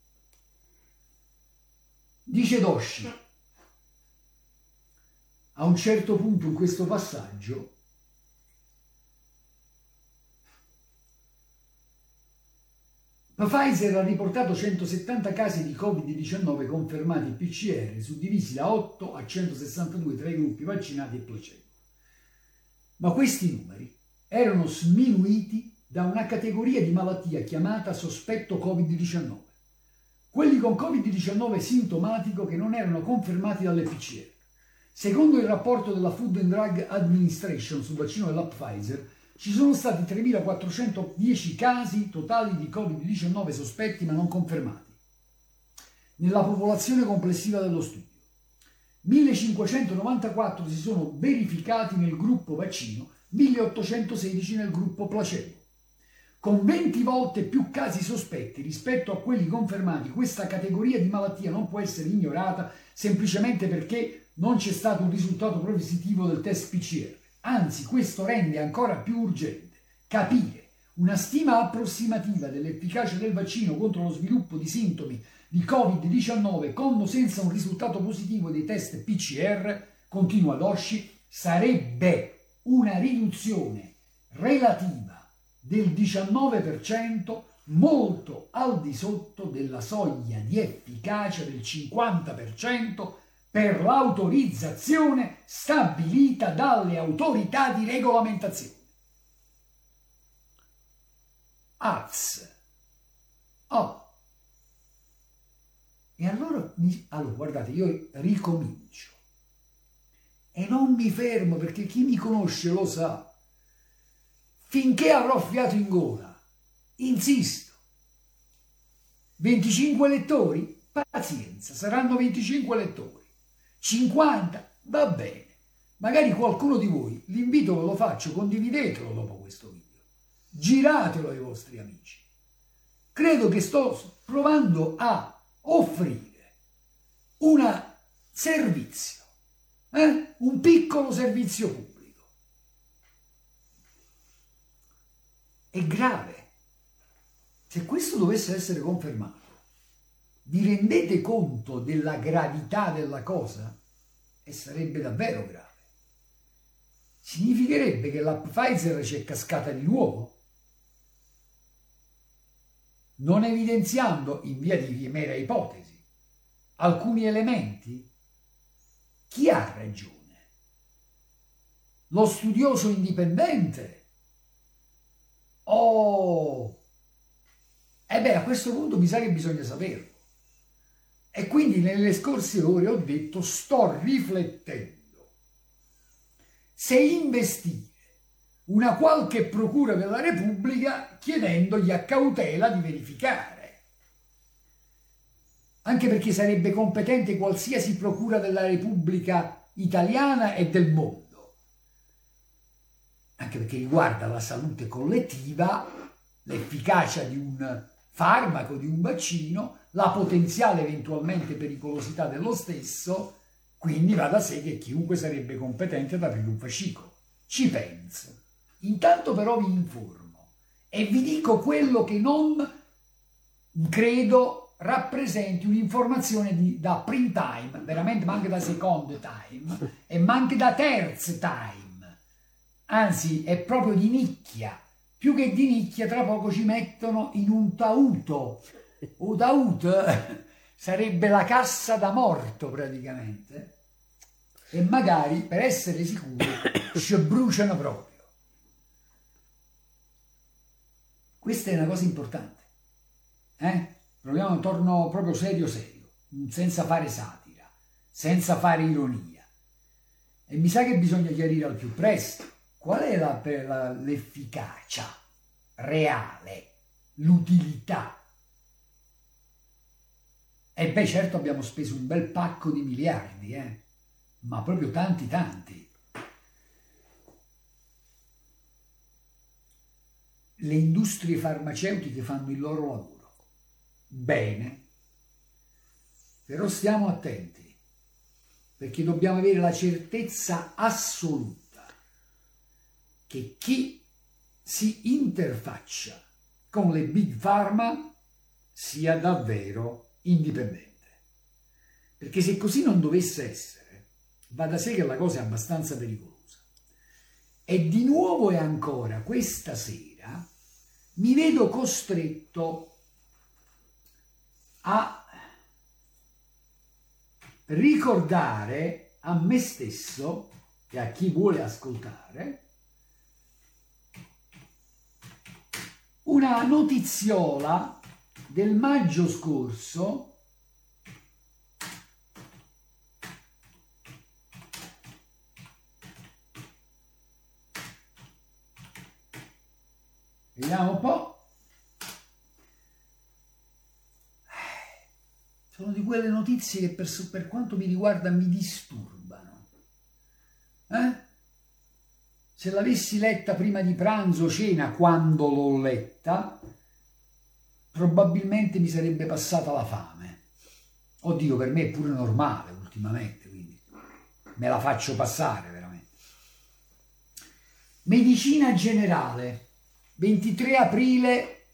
Dice Doshi, a un certo punto in questo passaggio, Pfizer ha riportato 170 casi di Covid-19 confermati PCR, suddivisi da 8 a 162 tra i gruppi vaccinati e placebo. Ma questi numeri erano sminuiti da una categoria di malattia chiamata sospetto Covid-19. Quelli con Covid-19 sintomatico che non erano confermati dalle PCR. Secondo il rapporto della Food and Drug Administration sul vaccino della Pfizer, ci sono stati 3.410 casi totali di Covid-19 sospetti ma non confermati nella popolazione complessiva dello studio. 1.594 si sono verificati nel gruppo vaccino, 1.816 nel gruppo placebo. Con 20 volte più casi sospetti rispetto a quelli confermati, questa categoria di malattia non può essere ignorata semplicemente perché non c'è stato un risultato positivo del test PCR. Anzi, questo rende ancora più urgente capire una stima approssimativa dell'efficacia del vaccino contro lo sviluppo di sintomi di Covid-19 con o senza un risultato positivo dei test PCR, continua Doshi, sarebbe una riduzione relativa del 19%, molto al di sotto della soglia di efficacia del 50% per l'autorizzazione stabilita dalle autorità di regolamentazione. AZ. Oh. E allora guardate, io ricomincio. E non mi fermo perché chi mi conosce lo sa. Finché avrò fiato in gola, insisto. 25 lettori? Pazienza, saranno 25 lettori. 50? Va bene. Magari qualcuno di voi, l'invito ve lo faccio, condividetelo dopo questo video. Giratelo ai vostri amici. Credo che sto provando a offrire un servizio, un piccolo servizio pubblico. È grave. Se questo dovesse essere confermato, vi rendete conto della gravità della cosa? E sarebbe davvero grave. Significherebbe che la Pfizer ci è cascata di nuovo, non evidenziando, in via di mera ipotesi, alcuni elementi. Chi ha ragione? Lo studioso indipendente? Oh! A questo punto mi sa che bisogna saperlo. E quindi nelle scorse ore ho detto sto riflettendo se investire una qualche procura della Repubblica chiedendogli a cautela di verificare. anche perché sarebbe competente qualsiasi procura della Repubblica Italiana e del mondo, anche perché riguarda la salute collettiva, l'efficacia di un farmaco, di un vaccino, la potenziale eventualmente pericolosità dello stesso, quindi va da sé che chiunque sarebbe competente ad aprire un fascicolo. Ci penso. Intanto però vi informo e vi dico quello che non credo rappresenti un'informazione da prime time, veramente, ma anche da second time e ma anche da terz time. Anzi, è proprio di nicchia. Più che di nicchia, tra poco ci mettono in un tauto. O taut sarebbe la cassa da morto praticamente. E magari, per essere sicuri, ci bruciano proprio. Questa è una cosa importante. Proviamo, torno proprio serio, senza fare satira, senza fare ironia. E mi sa che bisogna chiarire al più presto qual è l'efficacia reale, l'utilità. E beh, certo abbiamo speso un bel pacco di miliardi, ma proprio tanti. Le industrie farmaceutiche fanno il loro lavoro. Bene. Però stiamo attenti, perché dobbiamo avere la certezza assoluta che chi si interfaccia con le big pharma sia davvero indipendente. Perché se così non dovesse essere, va da sé che la cosa è abbastanza pericolosa. E di nuovo e ancora questa sera mi vedo costretto a ricordare a me stesso e a chi vuole ascoltare una notiziola del maggio scorso vediamo un po'. Sono di quelle notizie che per quanto mi riguarda mi disturbano. Se l'avessi letta prima di pranzo o cena, quando l'ho letta, probabilmente mi sarebbe passata la fame. Oddio, per me è pure normale ultimamente, quindi me la faccio passare veramente. Medicina generale, 23 aprile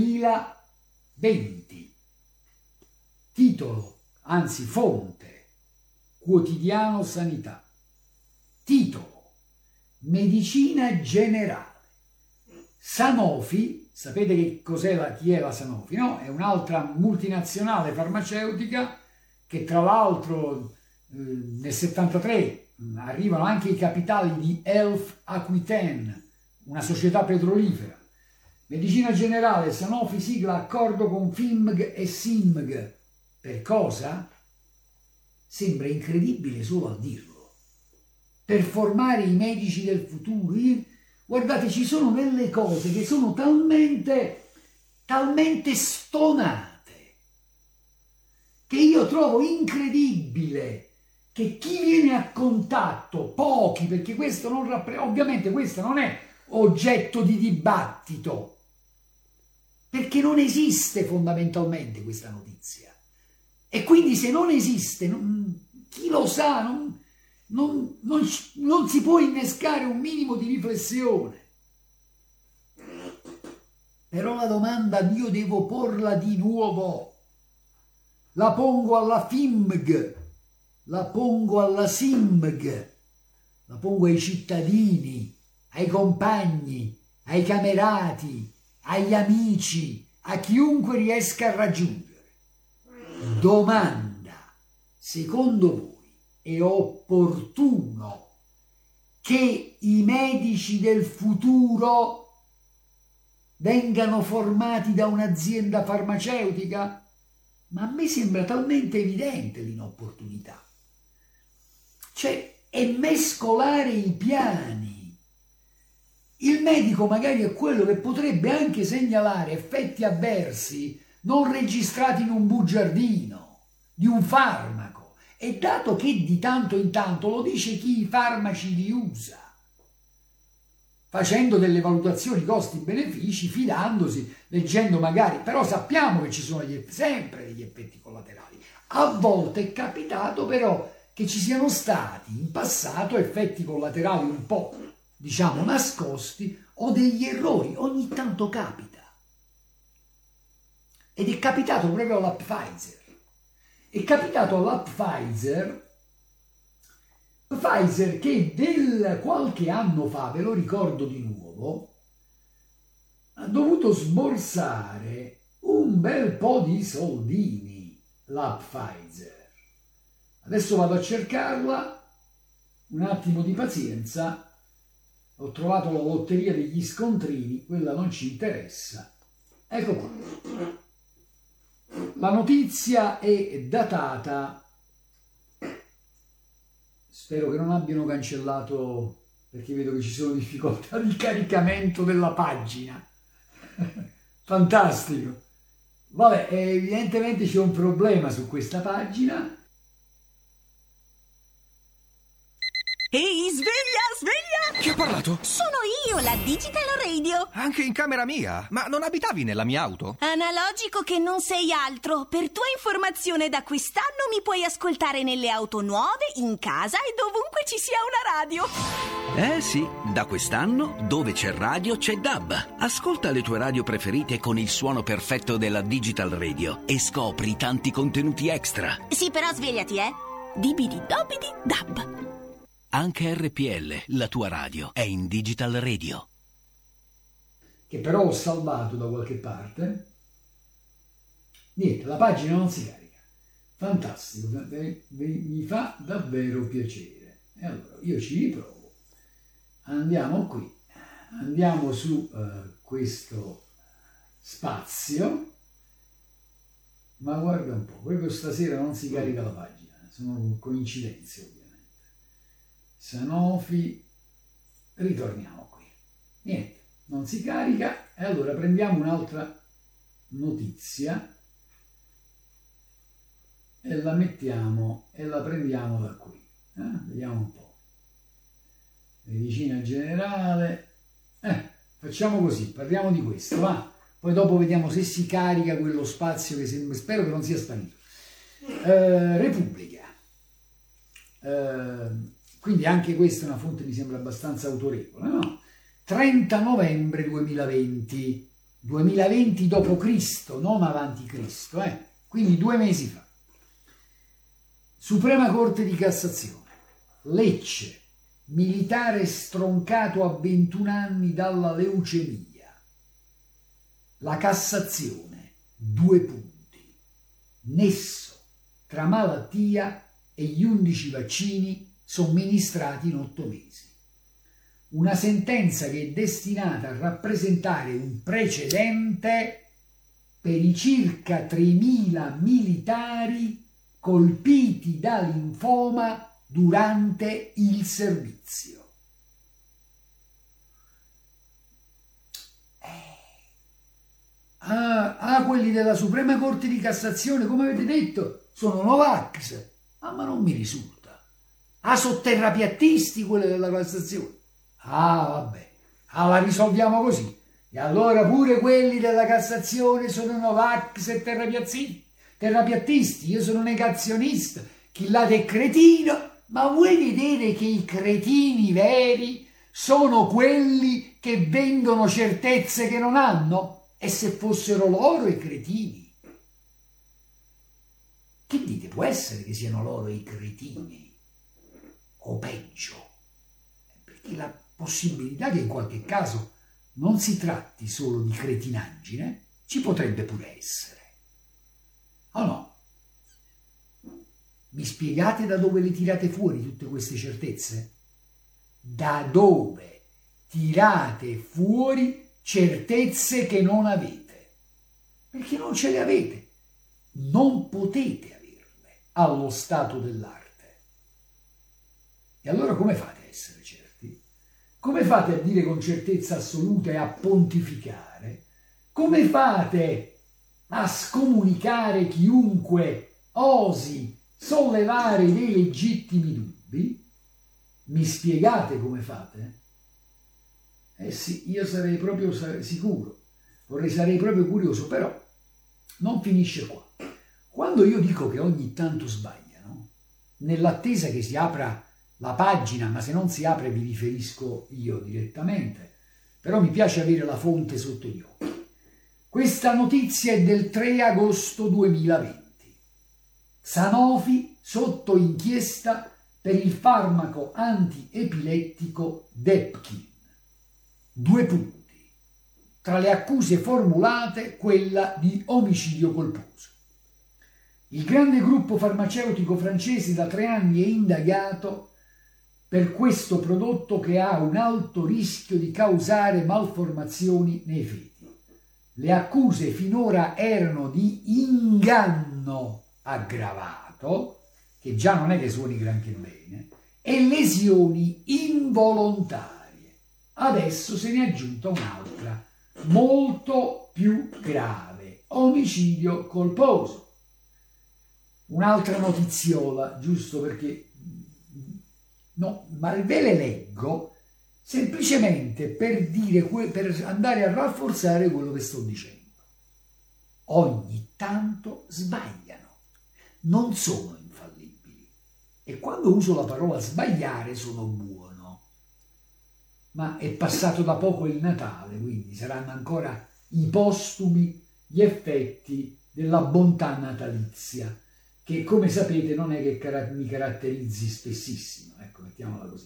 2020. Titolo, anzi fonte, Quotidiano Sanità. Titolo, Medicina generale. Sanofi, sapete che cos'è chi è la Sanofi, no? È un'altra multinazionale farmaceutica che tra l'altro nel 73 arrivano anche i capitali di Elf Aquitaine, una società petrolifera. Medicina generale, Sanofi sigla accordo con FIMG e SIMG. Per cosa? Sembra incredibile solo a dirlo. Per formare i medici del futuro. Guardate, ci sono delle cose che sono talmente stonate che io trovo incredibile che chi viene a contatto, pochi, perché questo non ovviamente questo non è oggetto di dibattito, perché non esiste fondamentalmente questa notizia. E quindi se non esiste, chi lo sa, non si può innescare un minimo di riflessione. Però la domanda io devo porla di nuovo. La pongo alla FIMG, la pongo alla SIMG, la pongo ai cittadini, ai compagni, ai camerati, agli amici, a chiunque riesca a raggiungere. Domanda, secondo voi è opportuno che i medici del futuro vengano formati da un'azienda farmaceutica? Ma a me sembra talmente evidente l'inopportunità. Cioè, è mescolare i piani. Il medico magari è quello che potrebbe anche segnalare effetti avversi non registrati in un bugiardino. di un farmaco. E dato che di tanto in tanto, lo dice chi i farmaci li usa, facendo delle valutazioni costi-benefici, fidandosi, leggendo magari, però sappiamo che ci sono sempre degli effetti collaterali. A volte è capitato però che ci siano stati in passato effetti collaterali un po', diciamo, nascosti o degli errori, ogni tanto capita. Ed è capitato proprio alla Pfizer. È capitato alla Pfizer che del qualche anno fa, ve lo ricordo di nuovo, ha dovuto sborsare un bel po' di soldini la Pfizer. Adesso vado a cercarla, un attimo di pazienza, ho trovato la lotteria degli scontrini, quella non ci interessa. Ecco qua. La notizia è datata, spero che non abbiano cancellato, perché vedo che ci sono difficoltà di caricamento della pagina. Fantastico. Vabbè, evidentemente c'è un problema su questa pagina. Ehi, sveglia, sveglia! Chi ha parlato? Sono io, la Digital Radio. Anche in camera mia? Ma non abitavi nella mia auto? Analogico che non sei altro. Per tua informazione, da quest'anno mi puoi ascoltare nelle auto nuove, in casa e dovunque ci sia una radio. Eh sì, da quest'anno dove c'è radio c'è DAB. Ascolta le tue radio preferite con il suono perfetto della Digital Radio e scopri tanti contenuti extra. Sì, però svegliati, Dibidi dobidi dab. Anche RPL, la tua radio, è in Digital Radio. Che però ho salvato da qualche parte. Niente, la pagina non si carica. Fantastico, mi fa davvero piacere. E allora io ci riprovo. Andiamo qui, andiamo su questo spazio. Ma guarda un po', proprio stasera non si carica la pagina, sono coincidenze ovviamente. Sanofi, ritorniamo qui. Niente, non si carica e allora prendiamo un'altra notizia e la mettiamo e la prendiamo da qui. Vediamo un po'. Medicina generale. Facciamo così, parliamo di questo, va. Poi dopo vediamo se si carica quello spazio che spero che non sia sparito. Repubblica. Quindi anche questa è una fonte mi sembra abbastanza autorevole, no? 30 novembre 2020, 2020 d.C., non avanti Cristo, quindi 2 mesi fa. Suprema Corte di Cassazione, Lecce, militare stroncato a 21 anni dalla leucemia. La Cassazione, 2 punti. Nesso tra malattia e gli 11 vaccini somministrati in 8 mesi. Una sentenza che è destinata a rappresentare un precedente per i circa 3.000 militari colpiti da linfoma durante il servizio. Quelli della Suprema Corte di Cassazione, come avete detto, sono Novax. Ma non mi risulta. Sono terrapiattisti quelle della Cassazione. Vabbè, la risolviamo così. E allora pure quelli della Cassazione sono Novax e terrapiattisti. Io sono negazionista. Chi là è cretino. Ma vuoi vedere che i cretini veri sono quelli che vendono certezze che non hanno? E se fossero loro i cretini? Che dite? Può essere che siano loro i cretini? O peggio? Perché la possibilità che in qualche caso non si tratti solo di cretinaggine ci potrebbe pure essere. O no? Mi spiegate da dove le tirate fuori tutte queste certezze? Da dove tirate fuori certezze che non avete? Perché non ce le avete. Non potete averle allo stato dell'arte. E allora come fate a essere certi? Come fate a dire con certezza assoluta e a pontificare? Come fate a scomunicare chiunque osi sollevare dei legittimi dubbi, mi spiegate come fate? Sì, io sarei proprio sicuro, sarei proprio curioso, però non finisce qua. Quando io dico che ogni tanto sbagliano, nell'attesa che si apra la pagina, ma se non si apre vi riferisco io direttamente, però mi piace avere la fonte sotto gli occhi. Questa notizia è del 3 agosto 2020. Sanofi sotto inchiesta per il farmaco antiepilettico Depkin. 2 punti. Tra le accuse formulate, quella di omicidio colposo. Il grande gruppo farmaceutico francese da 3 anni è indagato per questo prodotto che ha un alto rischio di causare malformazioni nei feti. Le accuse finora erano di inganno aggravato, che già non è che suoni granché bene, e lesioni involontarie. Adesso se ne è aggiunta un'altra, molto più grave, omicidio colposo. Un'altra notiziola, giusto perché, no, ma ve le leggo semplicemente per dire, per andare a rafforzare quello che sto dicendo. Ogni tanto sbagliano, non sono infallibili. E quando uso la parola sbagliare sono buono. Ma è passato da poco il Natale, quindi saranno ancora i postumi, gli effetti della bontà natalizia, che come sapete non è che mi caratterizzi spessissimo, ecco, mettiamola così.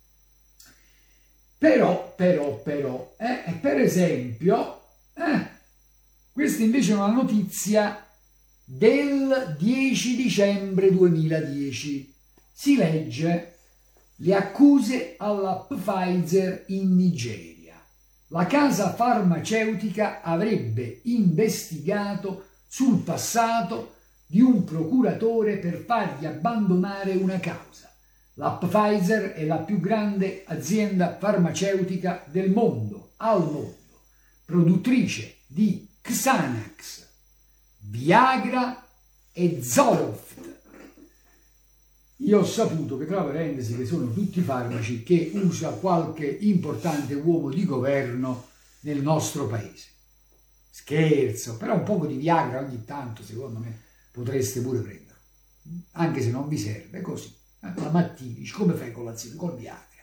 Però, per esempio, questa invece è una notizia del 10 dicembre 2010. Si legge: le accuse alla Pfizer in Nigeria. La casa farmaceutica avrebbe investigato sul passato di un procuratore per fargli abbandonare una causa. La Pfizer è la più grande azienda farmaceutica del mondo, al mondo, produttrice di Xanax, Viagra e Zoloft. Io ho saputo che, tra parentesi, che sono tutti farmaci che usa qualche importante uomo di governo nel nostro paese. Scherzo, però un poco di Viagra ogni tanto, secondo me, potreste pure prendere. Anche se non vi serve, così. La mattina, dici, come fai colazione? Col Viagra.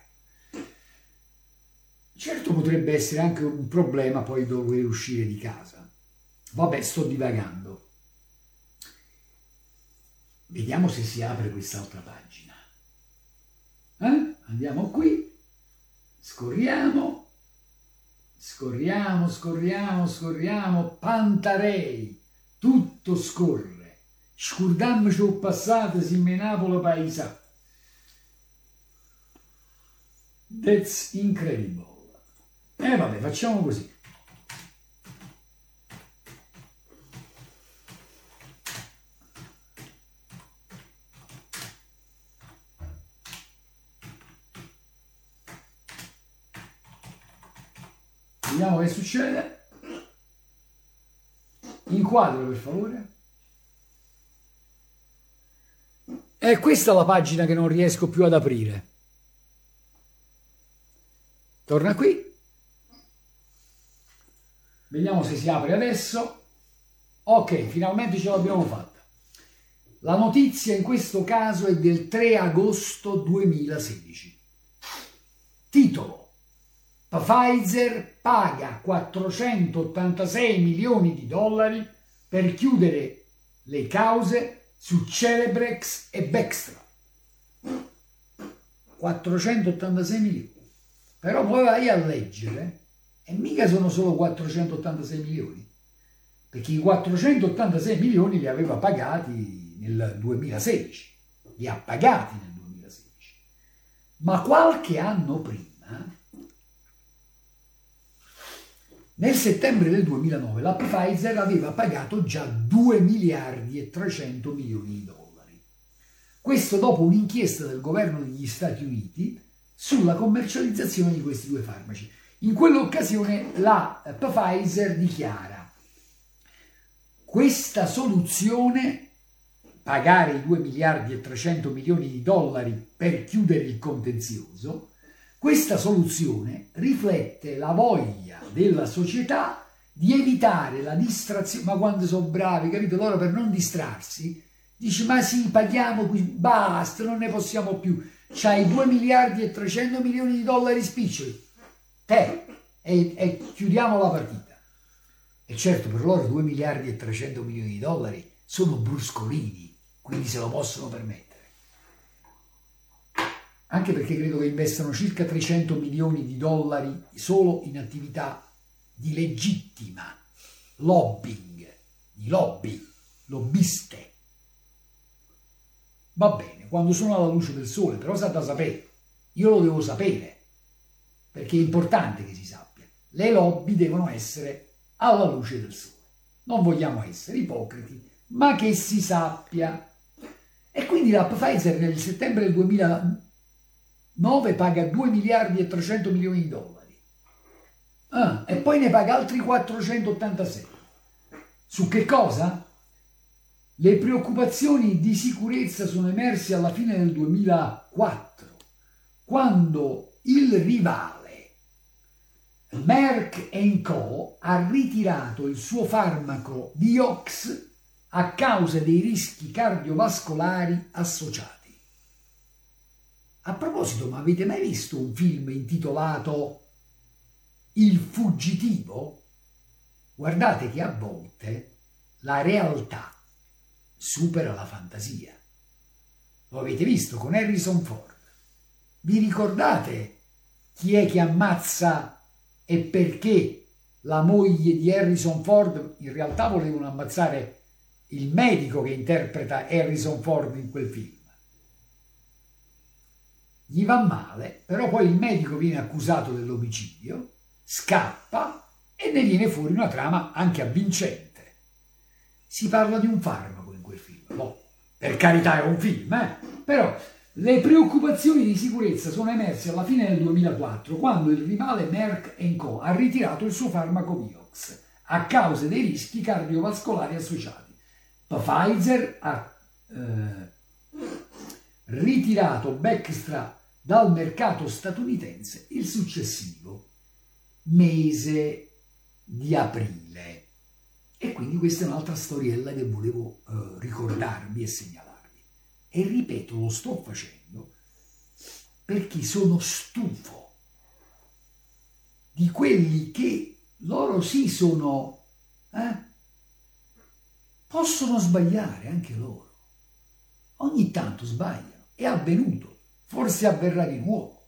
Certo potrebbe essere anche un problema poi dover uscire di casa. Vabbè, sto divagando. Vediamo se si apre quest'altra pagina. Andiamo qui, scorriamo, Pantarei, tutto scorre, scurdammoci il passato, si menapolo paesa. That's incredible. Vabbè, facciamo così. Vediamo che succede. Inquadro, per favore. È questa la pagina che non riesco più ad aprire. Torna qui. Vediamo se si apre adesso. Ok, finalmente ce l'abbiamo fatta. La notizia in questo caso è del 3 agosto 2016. Titolo: Pfizer paga 486 milioni di dollari per chiudere le cause su Celebrex e Bextra. 486 milioni. Però poi vai a leggere e mica sono solo 486 milioni, perché i 486 milioni li aveva pagati nel 2016, li ha pagati nel 2016, ma qualche anno prima, nel settembre del 2009, la Pfizer aveva pagato già 2 miliardi e 300 milioni di dollari. Questo dopo un'inchiesta del governo degli Stati Uniti sulla commercializzazione di questi 2 farmaci. In quell'occasione la Pfizer dichiara: questa soluzione pagare i 2 miliardi e 300 milioni di dollari per chiudere il contenzioso, questa soluzione riflette la voglia della società di evitare la distrazione. Ma quando sono bravi, capito? Loro per non distrarsi, dice ma sì, paghiamo qui, basta, non ne possiamo più. C'hai 2 miliardi e 300 milioni di dollari spiccioli, e chiudiamo la partita. E certo, per loro 2 miliardi e 300 milioni di dollari sono bruscolini, quindi se lo possono permettere. Anche perché credo che investano circa 300 milioni di dollari solo in attività di legittima lobbying, di lobbiste. Va bene, quando sono alla luce del sole, però sa da sapere. Io lo devo sapere, perché è importante che si sappia. Le lobby devono essere alla luce del sole. Non vogliamo essere ipocriti, ma che si sappia. E quindi la Pfizer nel settembre del 2009 paga 2 miliardi e 300 milioni di dollari. E poi ne paga altri 486. Su che cosa? Le preoccupazioni di sicurezza sono emerse alla fine del 2004, quando il rivale Merck & Co. ha ritirato il suo farmaco Vioxx a causa dei rischi cardiovascolari associati. A proposito, ma avete mai visto un film intitolato Il fuggitivo? Guardate che a volte la realtà supera la fantasia. Lo avete visto con Harrison Ford? Vi ricordate chi è che ammazza e perché la moglie di Harrison Ford? In realtà volevano ammazzare il medico che interpreta Harrison Ford in quel film. Gli va male, però poi il medico viene accusato dell'omicidio, scappa e ne viene fuori una trama anche avvincente. Si parla di un farmaco in quel film. Per carità è un film, però le preoccupazioni di sicurezza sono emerse alla fine del 2004, quando il rivale Merck & Co. ha ritirato il suo farmaco Vioxx a causa dei rischi cardiovascolari associati. Pfizer ha ritirato Bextra dal mercato statunitense il successivo mese di aprile. E quindi questa è un'altra storiella che volevo ricordarvi e segnalarvi. E ripeto, lo sto facendo perché sono stufo di quelli che loro sì sono... possono sbagliare anche loro. Ogni tanto sbagliano. È avvenuto. Forse avverrà di nuovo.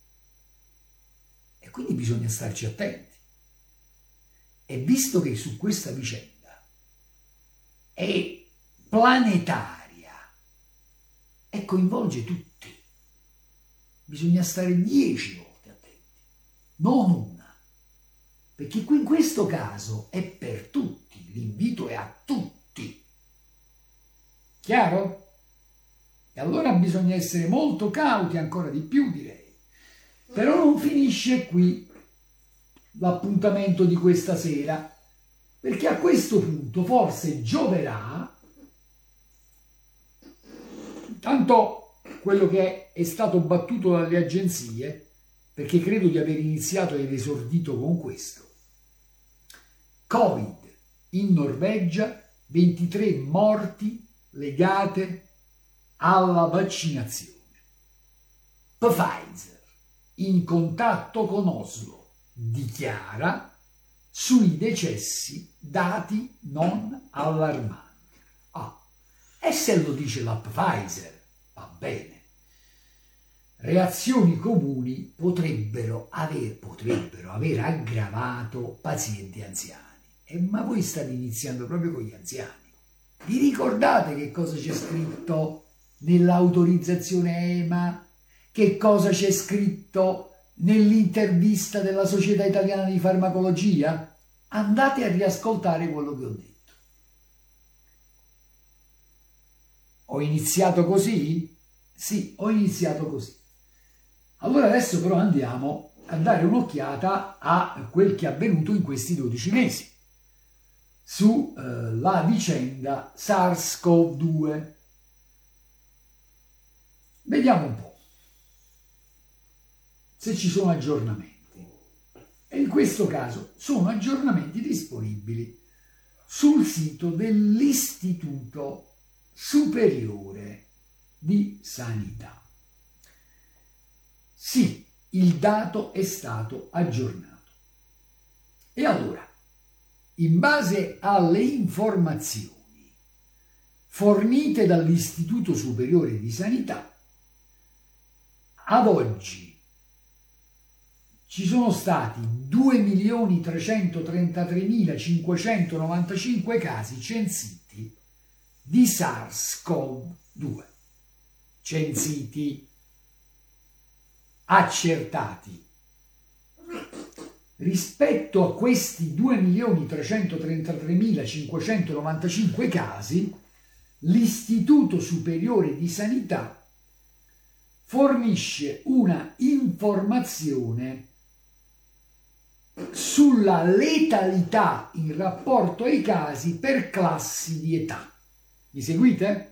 E quindi bisogna starci attenti. E visto che su questa vicenda è planetaria e coinvolge tutti, bisogna stare 10 volte attenti, non una. Perché qui in questo caso è per tutti, l'invito è a tutti. Chiaro? E allora bisogna essere molto cauti, ancora di più direi. Però non finisce qui l'appuntamento di questa sera, perché a questo punto forse gioverà, tanto quello che è stato battuto dalle agenzie, perché credo di aver iniziato ed esordito con questo. Covid in Norvegia, 23 morti legate alla vaccinazione. Pfizer, in contatto con Oslo, dichiara sui decessi dati non allarmanti. E se lo dice la Pfizer, va bene. Reazioni comuni potrebbero aver aggravato pazienti anziani. Ma voi state iniziando proprio con gli anziani. Vi ricordate che cosa c'è scritto nell'autorizzazione EMA? Che cosa c'è scritto nell'intervista della Società Italiana di Farmacologia? Andate a riascoltare quello che ho detto. Ho iniziato così? Sì, ho iniziato così. Allora adesso però andiamo a dare un'occhiata a quel che è avvenuto in questi 12 mesi su la vicenda SARS-CoV-2. Vediamo un po' se ci sono aggiornamenti. E in questo caso sono aggiornamenti disponibili sul sito dell'Istituto Superiore di Sanità. Sì, il dato è stato aggiornato. E allora, in base alle informazioni fornite dall'Istituto Superiore di Sanità, ad oggi ci sono stati 2.333.595 casi censiti di SARS-CoV-2. Censiti, accertati. Rispetto a questi 2.333.595 casi, l'Istituto Superiore di Sanità fornisce una informazione sulla letalità in rapporto ai casi per classi di età. Mi seguite?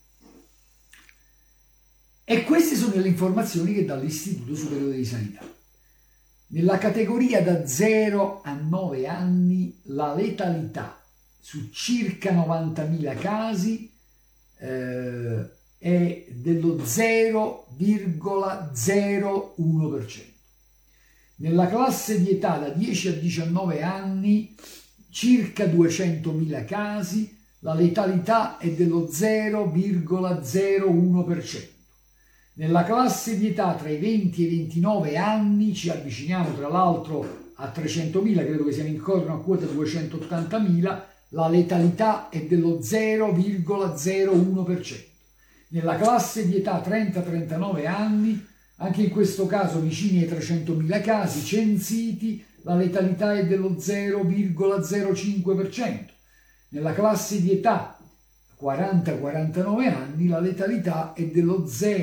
E queste sono le informazioni che dà l'Istituto Superiore di Sanità. Nella categoria da 0 a 9 anni la letalità su circa 90.000 casi è dello 0,01%. Nella classe di età da 10 a 19 anni, circa 200.000 casi, la letalità è dello 0,01%. Nella classe di età tra i 20 e i 29 anni, ci avviciniamo tra l'altro a 300.000, credo che siamo intorno a quota 280.000, la letalità è dello 0,01%. Nella classe di età 30-39 anni, anche in questo caso vicini ai 300.000 casi censiti, la letalità è dello 0,05%. Nella classe di età 40-49 anni la letalità è dello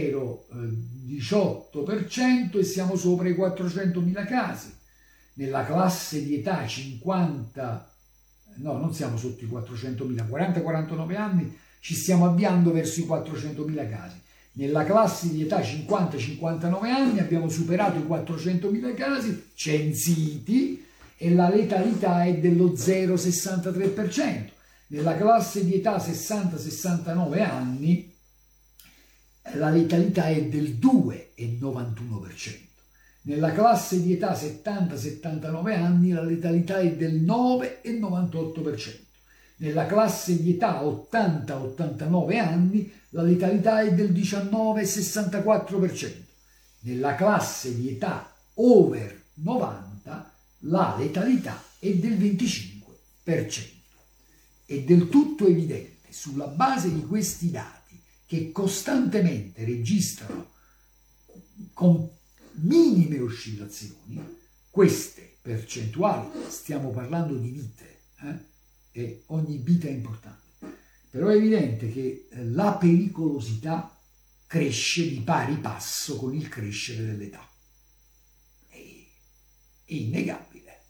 0,18% e siamo sopra i 400.000 casi. Nella classe di età 50, no, non siamo sotto i 400.000, 40-49 anni ci stiamo avviando verso i 400.000 casi. Nella classe di età 50-59 anni abbiamo superato i 400.000 casi censiti e la letalità è dello 0,63%. Nella classe di età 60-69 anni la letalità è del 2,91%. Nella classe di età 70-79 anni la letalità è del 9,98%. Nella classe di età 80-89 anni la letalità è del 19,64%. Nella classe di età over 90 la letalità è del 25%. È del tutto evidente, sulla base di questi dati, che costantemente registrano con minime oscillazioni, queste percentuali, stiamo parlando di vite, e ogni vita è importante, però è evidente che la pericolosità cresce di pari passo con il crescere dell'età. È innegabile.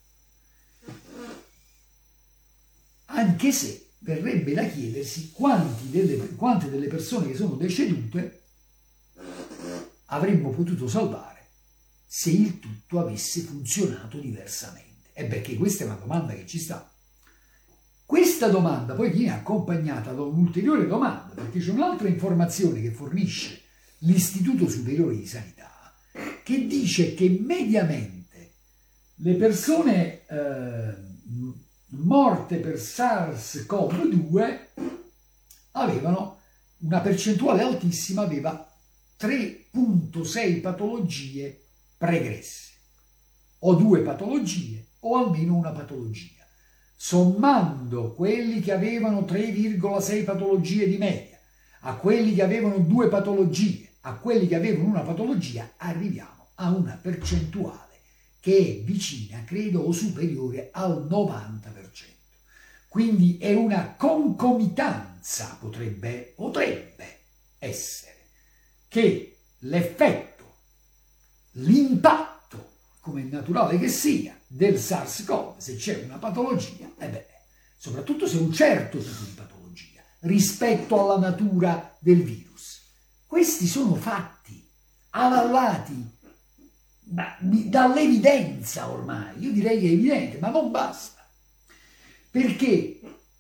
Anche se verrebbe da chiedersi quante delle persone che sono decedute avremmo potuto salvare se il tutto avesse funzionato diversamente. E perché questa è una domanda che ci sta. Questa domanda poi viene accompagnata da un'ulteriore domanda, perché c'è un'altra informazione che fornisce l'Istituto Superiore di Sanità, che dice che mediamente le persone morte per SARS-CoV-2 avevano una percentuale altissima, aveva 3,6 patologie pregresse, o 2 patologie o almeno una patologia. Sommando quelli che avevano 3,6 patologie di media a quelli che avevano 2 patologie a quelli che avevano una patologia, arriviamo a una percentuale che è vicina, credo, o superiore al 90%. Quindi è una concomitanza, potrebbe essere, che l'effetto, l'impatto, come è naturale che sia, del SARS-CoV, se c'è una patologia, soprattutto se un certo tipo di patologia, rispetto alla natura del virus, Questi sono fatti avallati dall'evidenza ormai. Io direi che è evidente, ma non basta. Perché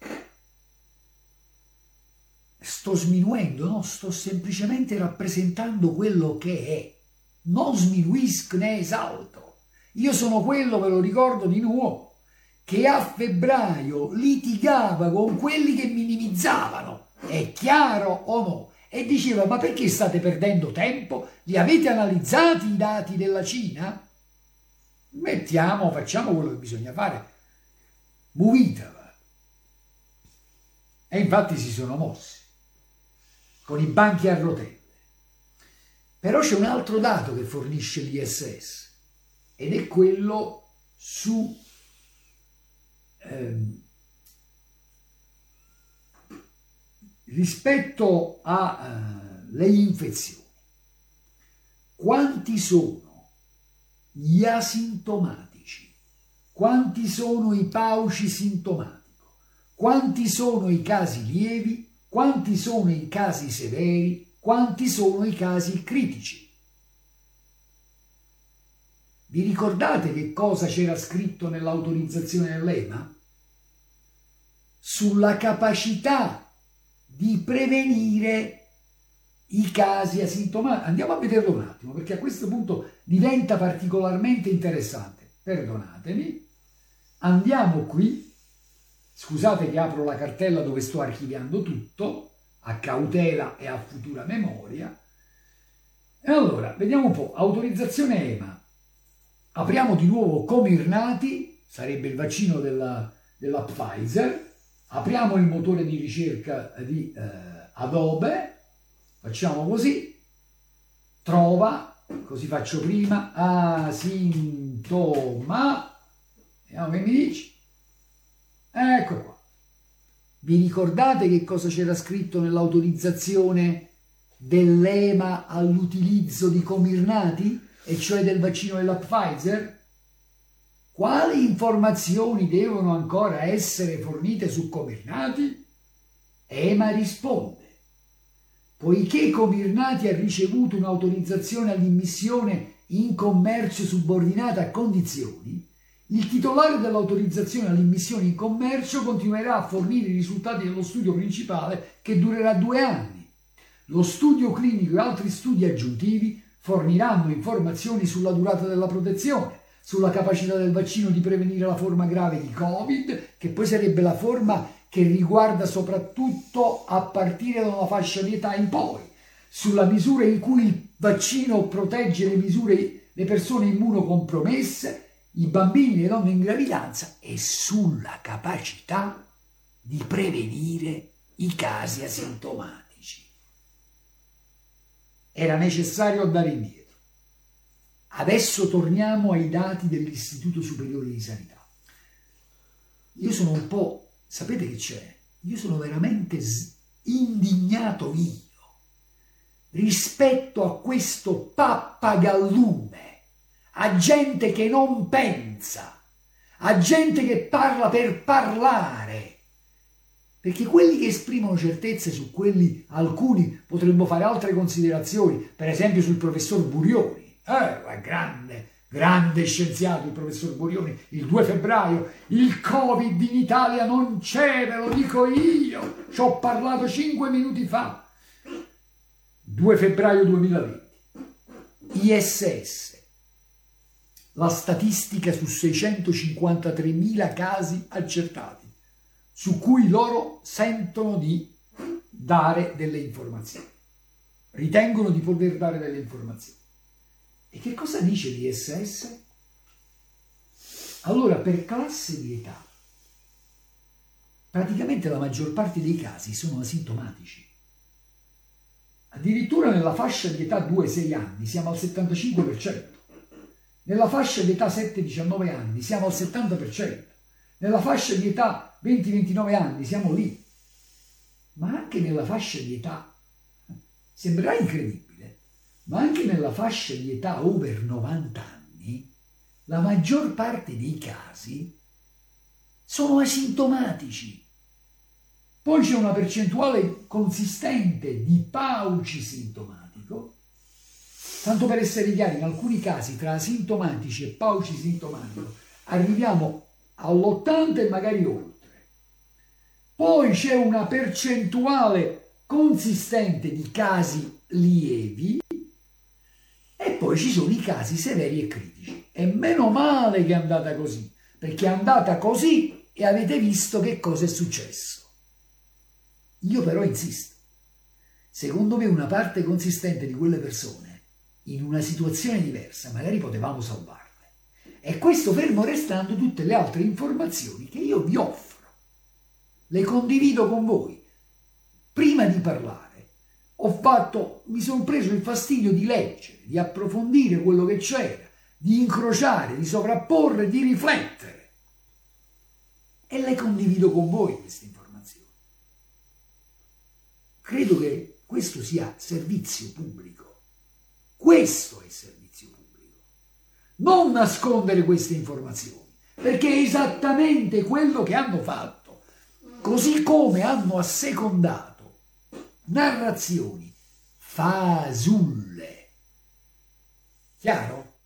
sto sminuendo, no? Sto semplicemente rappresentando quello che è. Non sminuisco né esalto. Io sono quello, ve lo ricordo di nuovo, che a febbraio litigava con quelli che minimizzavano. È chiaro o no? E diceva: ma perché state perdendo tempo? Li avete analizzati i dati della Cina? Facciamo quello che bisogna fare. Muovitela. E infatti si sono mossi con i banchi a rotelle. Però c'è un altro dato che fornisce l'ISS ed è quello su rispetto alle infezioni. Quanti sono gli asintomatici? Quanti sono i pauci sintomatici? Quanti sono i casi lievi? Quanti sono i casi severi? Quanti sono i casi critici? Vi ricordate che cosa c'era scritto nell'autorizzazione dell'EMA? Sulla capacità di prevenire i casi asintomatici. Andiamo a vederlo un attimo, perché a questo punto diventa particolarmente interessante. Perdonatemi. Andiamo qui. Scusate che apro la cartella dove sto archiviando tutto, a cautela e a futura memoria. E allora, vediamo un po'. Autorizzazione EMA. Apriamo di nuovo Comirnaty, sarebbe il vaccino della Pfizer. Apriamo il motore di ricerca di Adobe. Facciamo così. Trova, così faccio prima, asintoma. Vediamo che mi dici. Ecco qua. Vi ricordate che cosa c'era scritto nell'autorizzazione dell'EMA all'utilizzo di Comirnaty, e cioè del vaccino della Pfizer? Quali informazioni devono ancora essere fornite su Comirnaty? EMA risponde: poiché Comirnaty ha ricevuto un'autorizzazione all'immissione in commercio subordinata a condizioni, il titolare dell'autorizzazione all'immissione in commercio continuerà a fornire i risultati dello studio principale, che durerà 2 anni. Lo studio clinico e altri studi aggiuntivi forniranno informazioni sulla durata della protezione, sulla capacità del vaccino di prevenire la forma grave di Covid, che poi sarebbe la forma che riguarda soprattutto a partire da una fascia di età in poi, sulla misura in cui il vaccino protegge le persone immunocompromesse, i bambini e le donne in gravidanza, e sulla capacità di prevenire i casi asintomatici. Era necessario andare indietro. Adesso torniamo ai dati dell'Istituto Superiore di Sanità. Io sono un po', sapete che c'è? Io sono veramente indignato rispetto a questo pappagallume, a gente che non pensa, a gente che parla per parlare, perché quelli che esprimono certezze su quelli, alcuni potremmo fare altre considerazioni, per esempio sul professor Burioni, grande scienziato il professor Burioni. Il 2 febbraio il Covid in Italia non c'è, ve lo dico io, ci ho parlato 5 minuti fa. 2 febbraio 2020, ISS, la statistica su 653.000 casi accertati, su cui loro sentono di dare delle informazioni, ritengono di poter dare delle informazioni. E che cosa dice l'ISS? Allora, per classe di età, praticamente la maggior parte dei casi sono asintomatici. Addirittura nella fascia di età 2-6 anni siamo al 75%. Nella fascia di età 7-19 anni siamo al 70%, nella fascia di età 20-29 anni siamo lì, ma anche nella fascia di età, sembrerà incredibile, ma anche nella fascia di età over 90 anni, la maggior parte dei casi sono asintomatici. Poi c'è una percentuale consistente di pauci sintomatici. Tanto per essere chiari, in alcuni casi tra asintomatici e paucisintomatici arriviamo all'80 e magari oltre. Poi c'è una percentuale consistente di casi lievi e poi ci sono i casi severi e critici. E meno male che è andata così, perché è andata così e avete visto che cosa è successo. Io però insisto, secondo me una parte consistente di quelle persone in una situazione diversa magari potevamo salvarle. E questo fermo restando tutte le altre informazioni che io vi offro. Le condivido con voi. Prima di parlare mi sono preso il fastidio di leggere, di approfondire quello che c'era, di incrociare, di sovrapporre, di riflettere. E le condivido con voi queste informazioni. Credo che questo sia servizio pubblico. Questo è servizio pubblico. Non nascondere queste informazioni, perché è esattamente quello che hanno fatto, così come hanno assecondato narrazioni fasulle. Chiaro?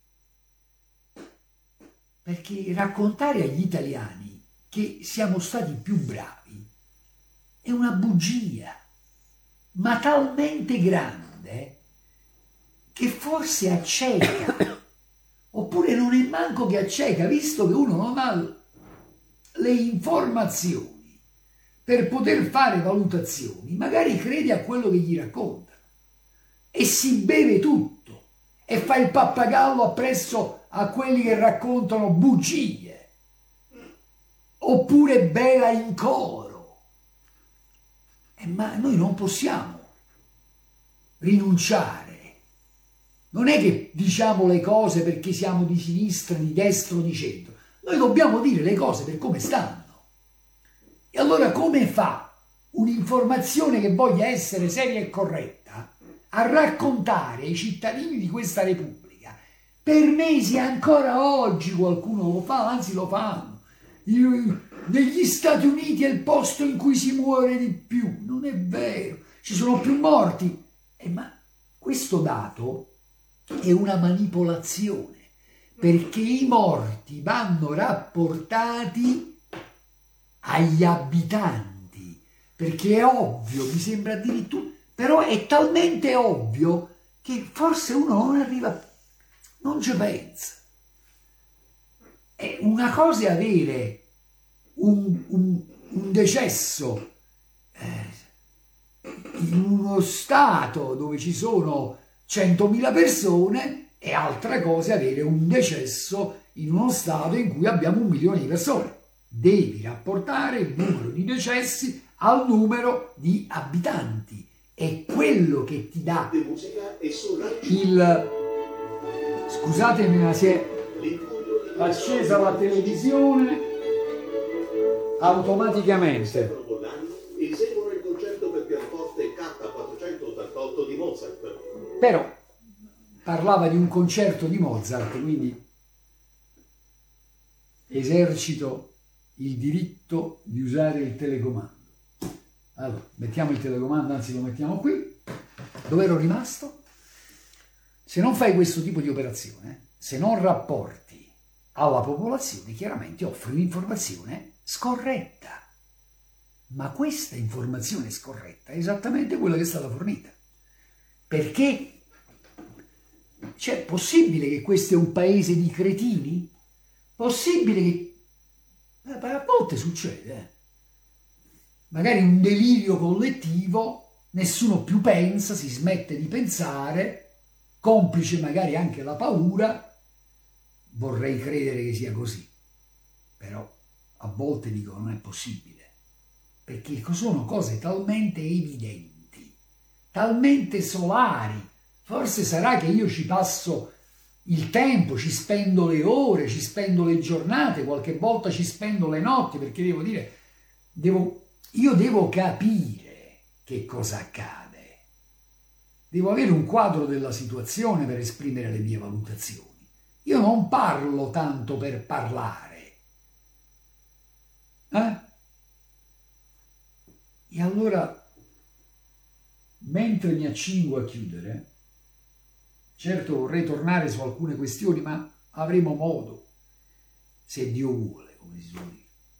Perché raccontare agli italiani che siamo stati più bravi è una bugia, ma talmente grande che forse acceca, oppure non è manco che acceca, visto che uno non ha le informazioni per poter fare valutazioni, magari crede a quello che gli raccontano e si beve tutto e fa il pappagallo appresso a quelli che raccontano bugie, oppure bela in coro. Ma noi non possiamo rinunciare. Non è che diciamo le cose perché siamo di sinistra, di destra o di centro. Noi dobbiamo dire le cose per come stanno. E allora come fa un'informazione che voglia essere seria e corretta a raccontare ai cittadini di questa Repubblica? Per mesi, ancora oggi qualcuno lo fa, anzi lo fanno. Negli Stati Uniti è il posto in cui si muore di più. Non è vero, ci sono più morti. Ma questo dato è una manipolazione, perché i morti vanno rapportati agli abitanti, perché è ovvio, mi sembra addirittura, però è talmente ovvio che forse uno non arriva, non ci pensa. È una cosa è avere un decesso in uno stato dove ci sono 100.000 persone e altra cosa è avere un decesso in uno stato in cui abbiamo 1 milione di persone. Devi rapportare il numero di decessi al numero di abitanti. È quello che ti dà il... Scusatemi, ma si è accesa la televisione automaticamente. Eseguono il concerto per pianoforte K488 di Mozart. Però parlava di un concerto di Mozart, quindi esercito il diritto di usare il telecomando. Allora, mettiamo il telecomando, anzi lo mettiamo qui. Dove ero rimasto? Se non fai questo tipo di operazione, se non rapporti alla popolazione, chiaramente offri un'informazione scorretta. Ma questa informazione scorretta è esattamente quella che è stata fornita. Perché? Cioè, possibile che questo è un paese di cretini? Possibile che... A volte succede, magari un delirio collettivo, nessuno più pensa, si smette di pensare, complice magari anche la paura. Vorrei credere che sia così, però a volte dico non è possibile, perché sono cose talmente evidenti, talmente solari. Forse sarà che io ci passo il tempo, ci spendo le ore, ci spendo le giornate, qualche volta ci spendo le notti, perché devo dire, io devo capire che cosa accade. Devo avere un quadro della situazione per esprimere le mie valutazioni. Io non parlo tanto per parlare. E allora, mentre mi accingo a chiudere, Certo vorrei tornare su alcune questioni, ma avremo modo, se Dio vuole, come si suol dire,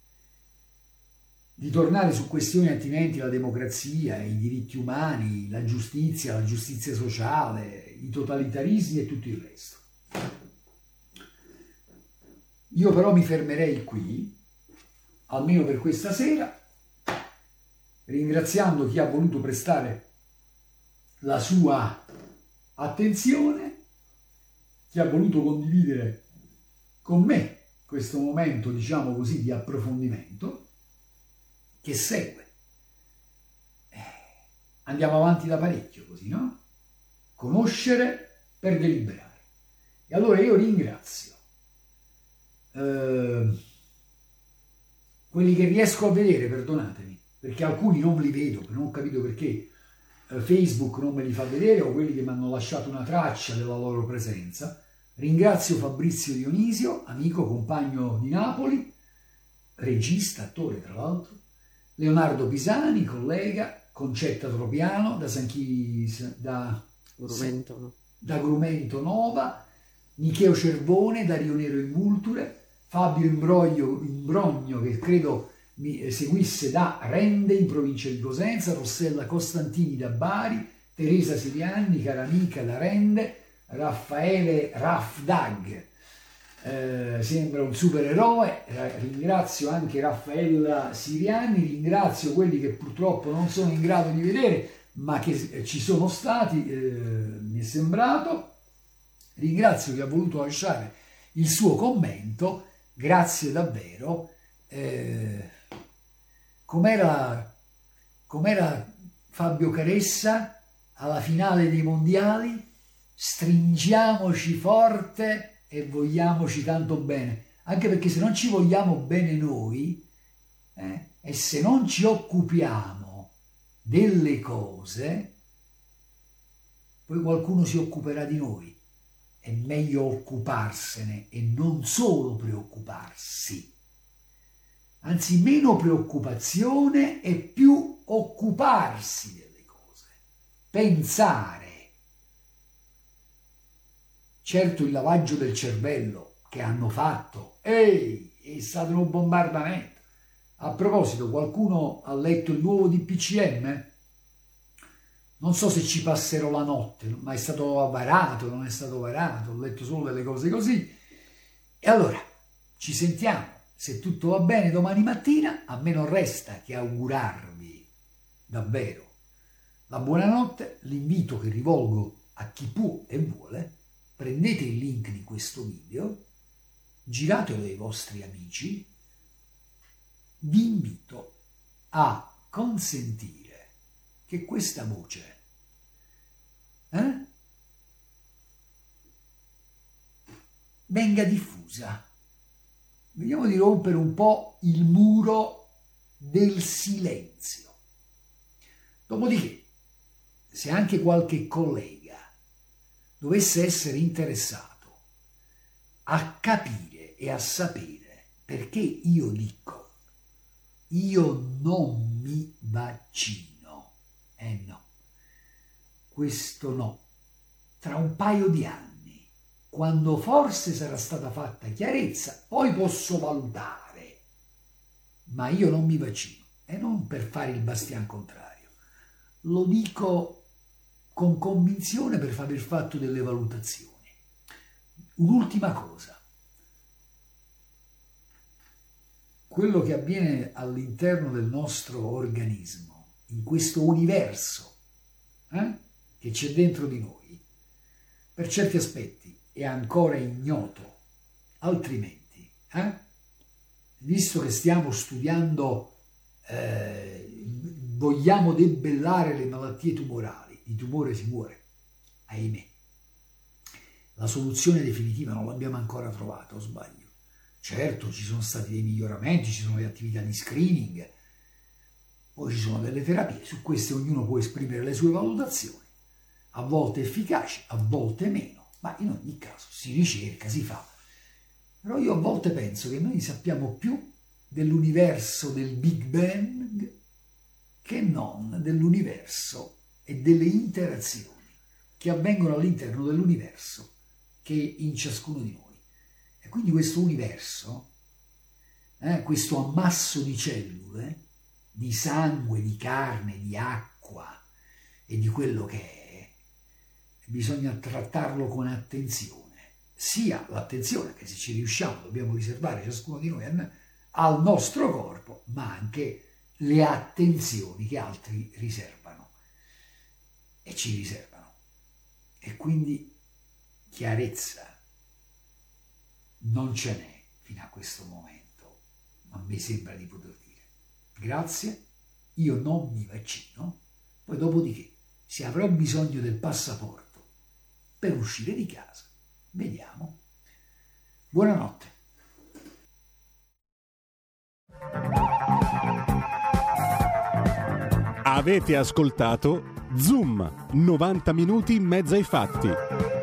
di tornare su questioni attinenti alla democrazia, i diritti umani, la giustizia sociale, i totalitarismi e tutto il resto. Io però mi fermerei qui, almeno per questa sera, ringraziando chi ha voluto prestare la sua attenzione, chi ha voluto condividere con me questo momento, diciamo così, di approfondimento che segue. Andiamo avanti da parecchio così, no? Conoscere per deliberare. E allora io ringrazio quelli che riesco a vedere, perdonatemi, perché alcuni non li vedo, non ho capito perché Facebook non me li fa vedere, o quelli che mi hanno lasciato una traccia della loro presenza. Ringrazio Fabrizio Dionisio, amico, compagno di Napoli, regista, attore tra l'altro, Leonardo Pisani, collega, Concetta Tropiano da Grumento Nova, Micheo Cervone da Rio Nero in Vulture, Fabio Imbrogno, che credo mi seguisse da Rende in provincia di Cosenza, Rossella Costantini da Bari, Teresa Sirianni, cara amica da Rende, Raffaele Raffdag, sembra un supereroe. Ringrazio anche Raffaella Sirianni, ringrazio quelli che purtroppo non sono in grado di vedere ma che ci sono stati, mi è sembrato. Ringrazio chi ha voluto lasciare il suo commento, grazie davvero. Com'era Fabio Caressa alla finale dei mondiali? Stringiamoci forte e vogliamoci tanto bene, anche perché se non ci vogliamo bene noi e se non ci occupiamo delle cose, poi qualcuno si occuperà di noi. È meglio occuparsene e non solo preoccuparsi. Anzi, meno preoccupazione e più occuparsi delle cose. Pensare. Certo, il lavaggio del cervello che hanno fatto, è stato un bombardamento. A proposito, qualcuno ha letto il nuovo DPCM? Non so se ci passerò la notte, ma è stato varato, non è stato varato, ho letto solo delle cose così. E allora, ci sentiamo, se tutto va bene, domani mattina. A me non resta che augurarvi davvero la buonanotte. L'invito che rivolgo a chi può e vuole: prendete il link di questo video, giratelo ai vostri amici, vi invito a consentire che questa voce venga diffusa. Vediamo di rompere un po' il muro del silenzio. Dopodiché, se anche qualche collega dovesse essere interessato a capire e a sapere perché io dico io non mi vaccino, no, questo no, tra un paio di anni, quando forse sarà stata fatta chiarezza, poi posso valutare, ma io non mi vaccino, e non per fare il bastian contrario, lo dico con convinzione per aver fatto delle valutazioni. Un'ultima cosa. Quello che avviene all'interno del nostro organismo, in questo universo che c'è dentro di noi, per certi aspetti è ancora ignoto, altrimenti, visto che stiamo studiando, vogliamo debellare le malattie tumorali, di tumore si muore, ahimè. La soluzione definitiva non l'abbiamo ancora trovata, o sbaglio? Certo, ci sono stati dei miglioramenti, ci sono le attività di screening, poi ci sono delle terapie, su queste ognuno può esprimere le sue valutazioni, a volte efficaci, a volte meno, ma in ogni caso si ricerca, si fa. Però io a volte penso che noi sappiamo più dell'universo del Big Bang che non dell'universo e delle interazioni che avvengono all'interno dell'universo che è in ciascuno di noi. E quindi questo universo, questo ammasso di cellule, di sangue, di carne, di acqua e di quello che è, bisogna trattarlo con attenzione. Sia l'attenzione che, se ci riusciamo, dobbiamo riservare ciascuno di noi al nostro corpo, ma anche le attenzioni che altri riservano e ci riservano. E quindi chiarezza non ce n'è fino a questo momento, ma mi sembra di poter dire: grazie, io non mi vaccino, poi dopodiché, se avrò bisogno del passaporto per uscire di casa, vediamo. Buonanotte. Avete ascoltato Zoom, 90 minuti in mezzo ai fatti.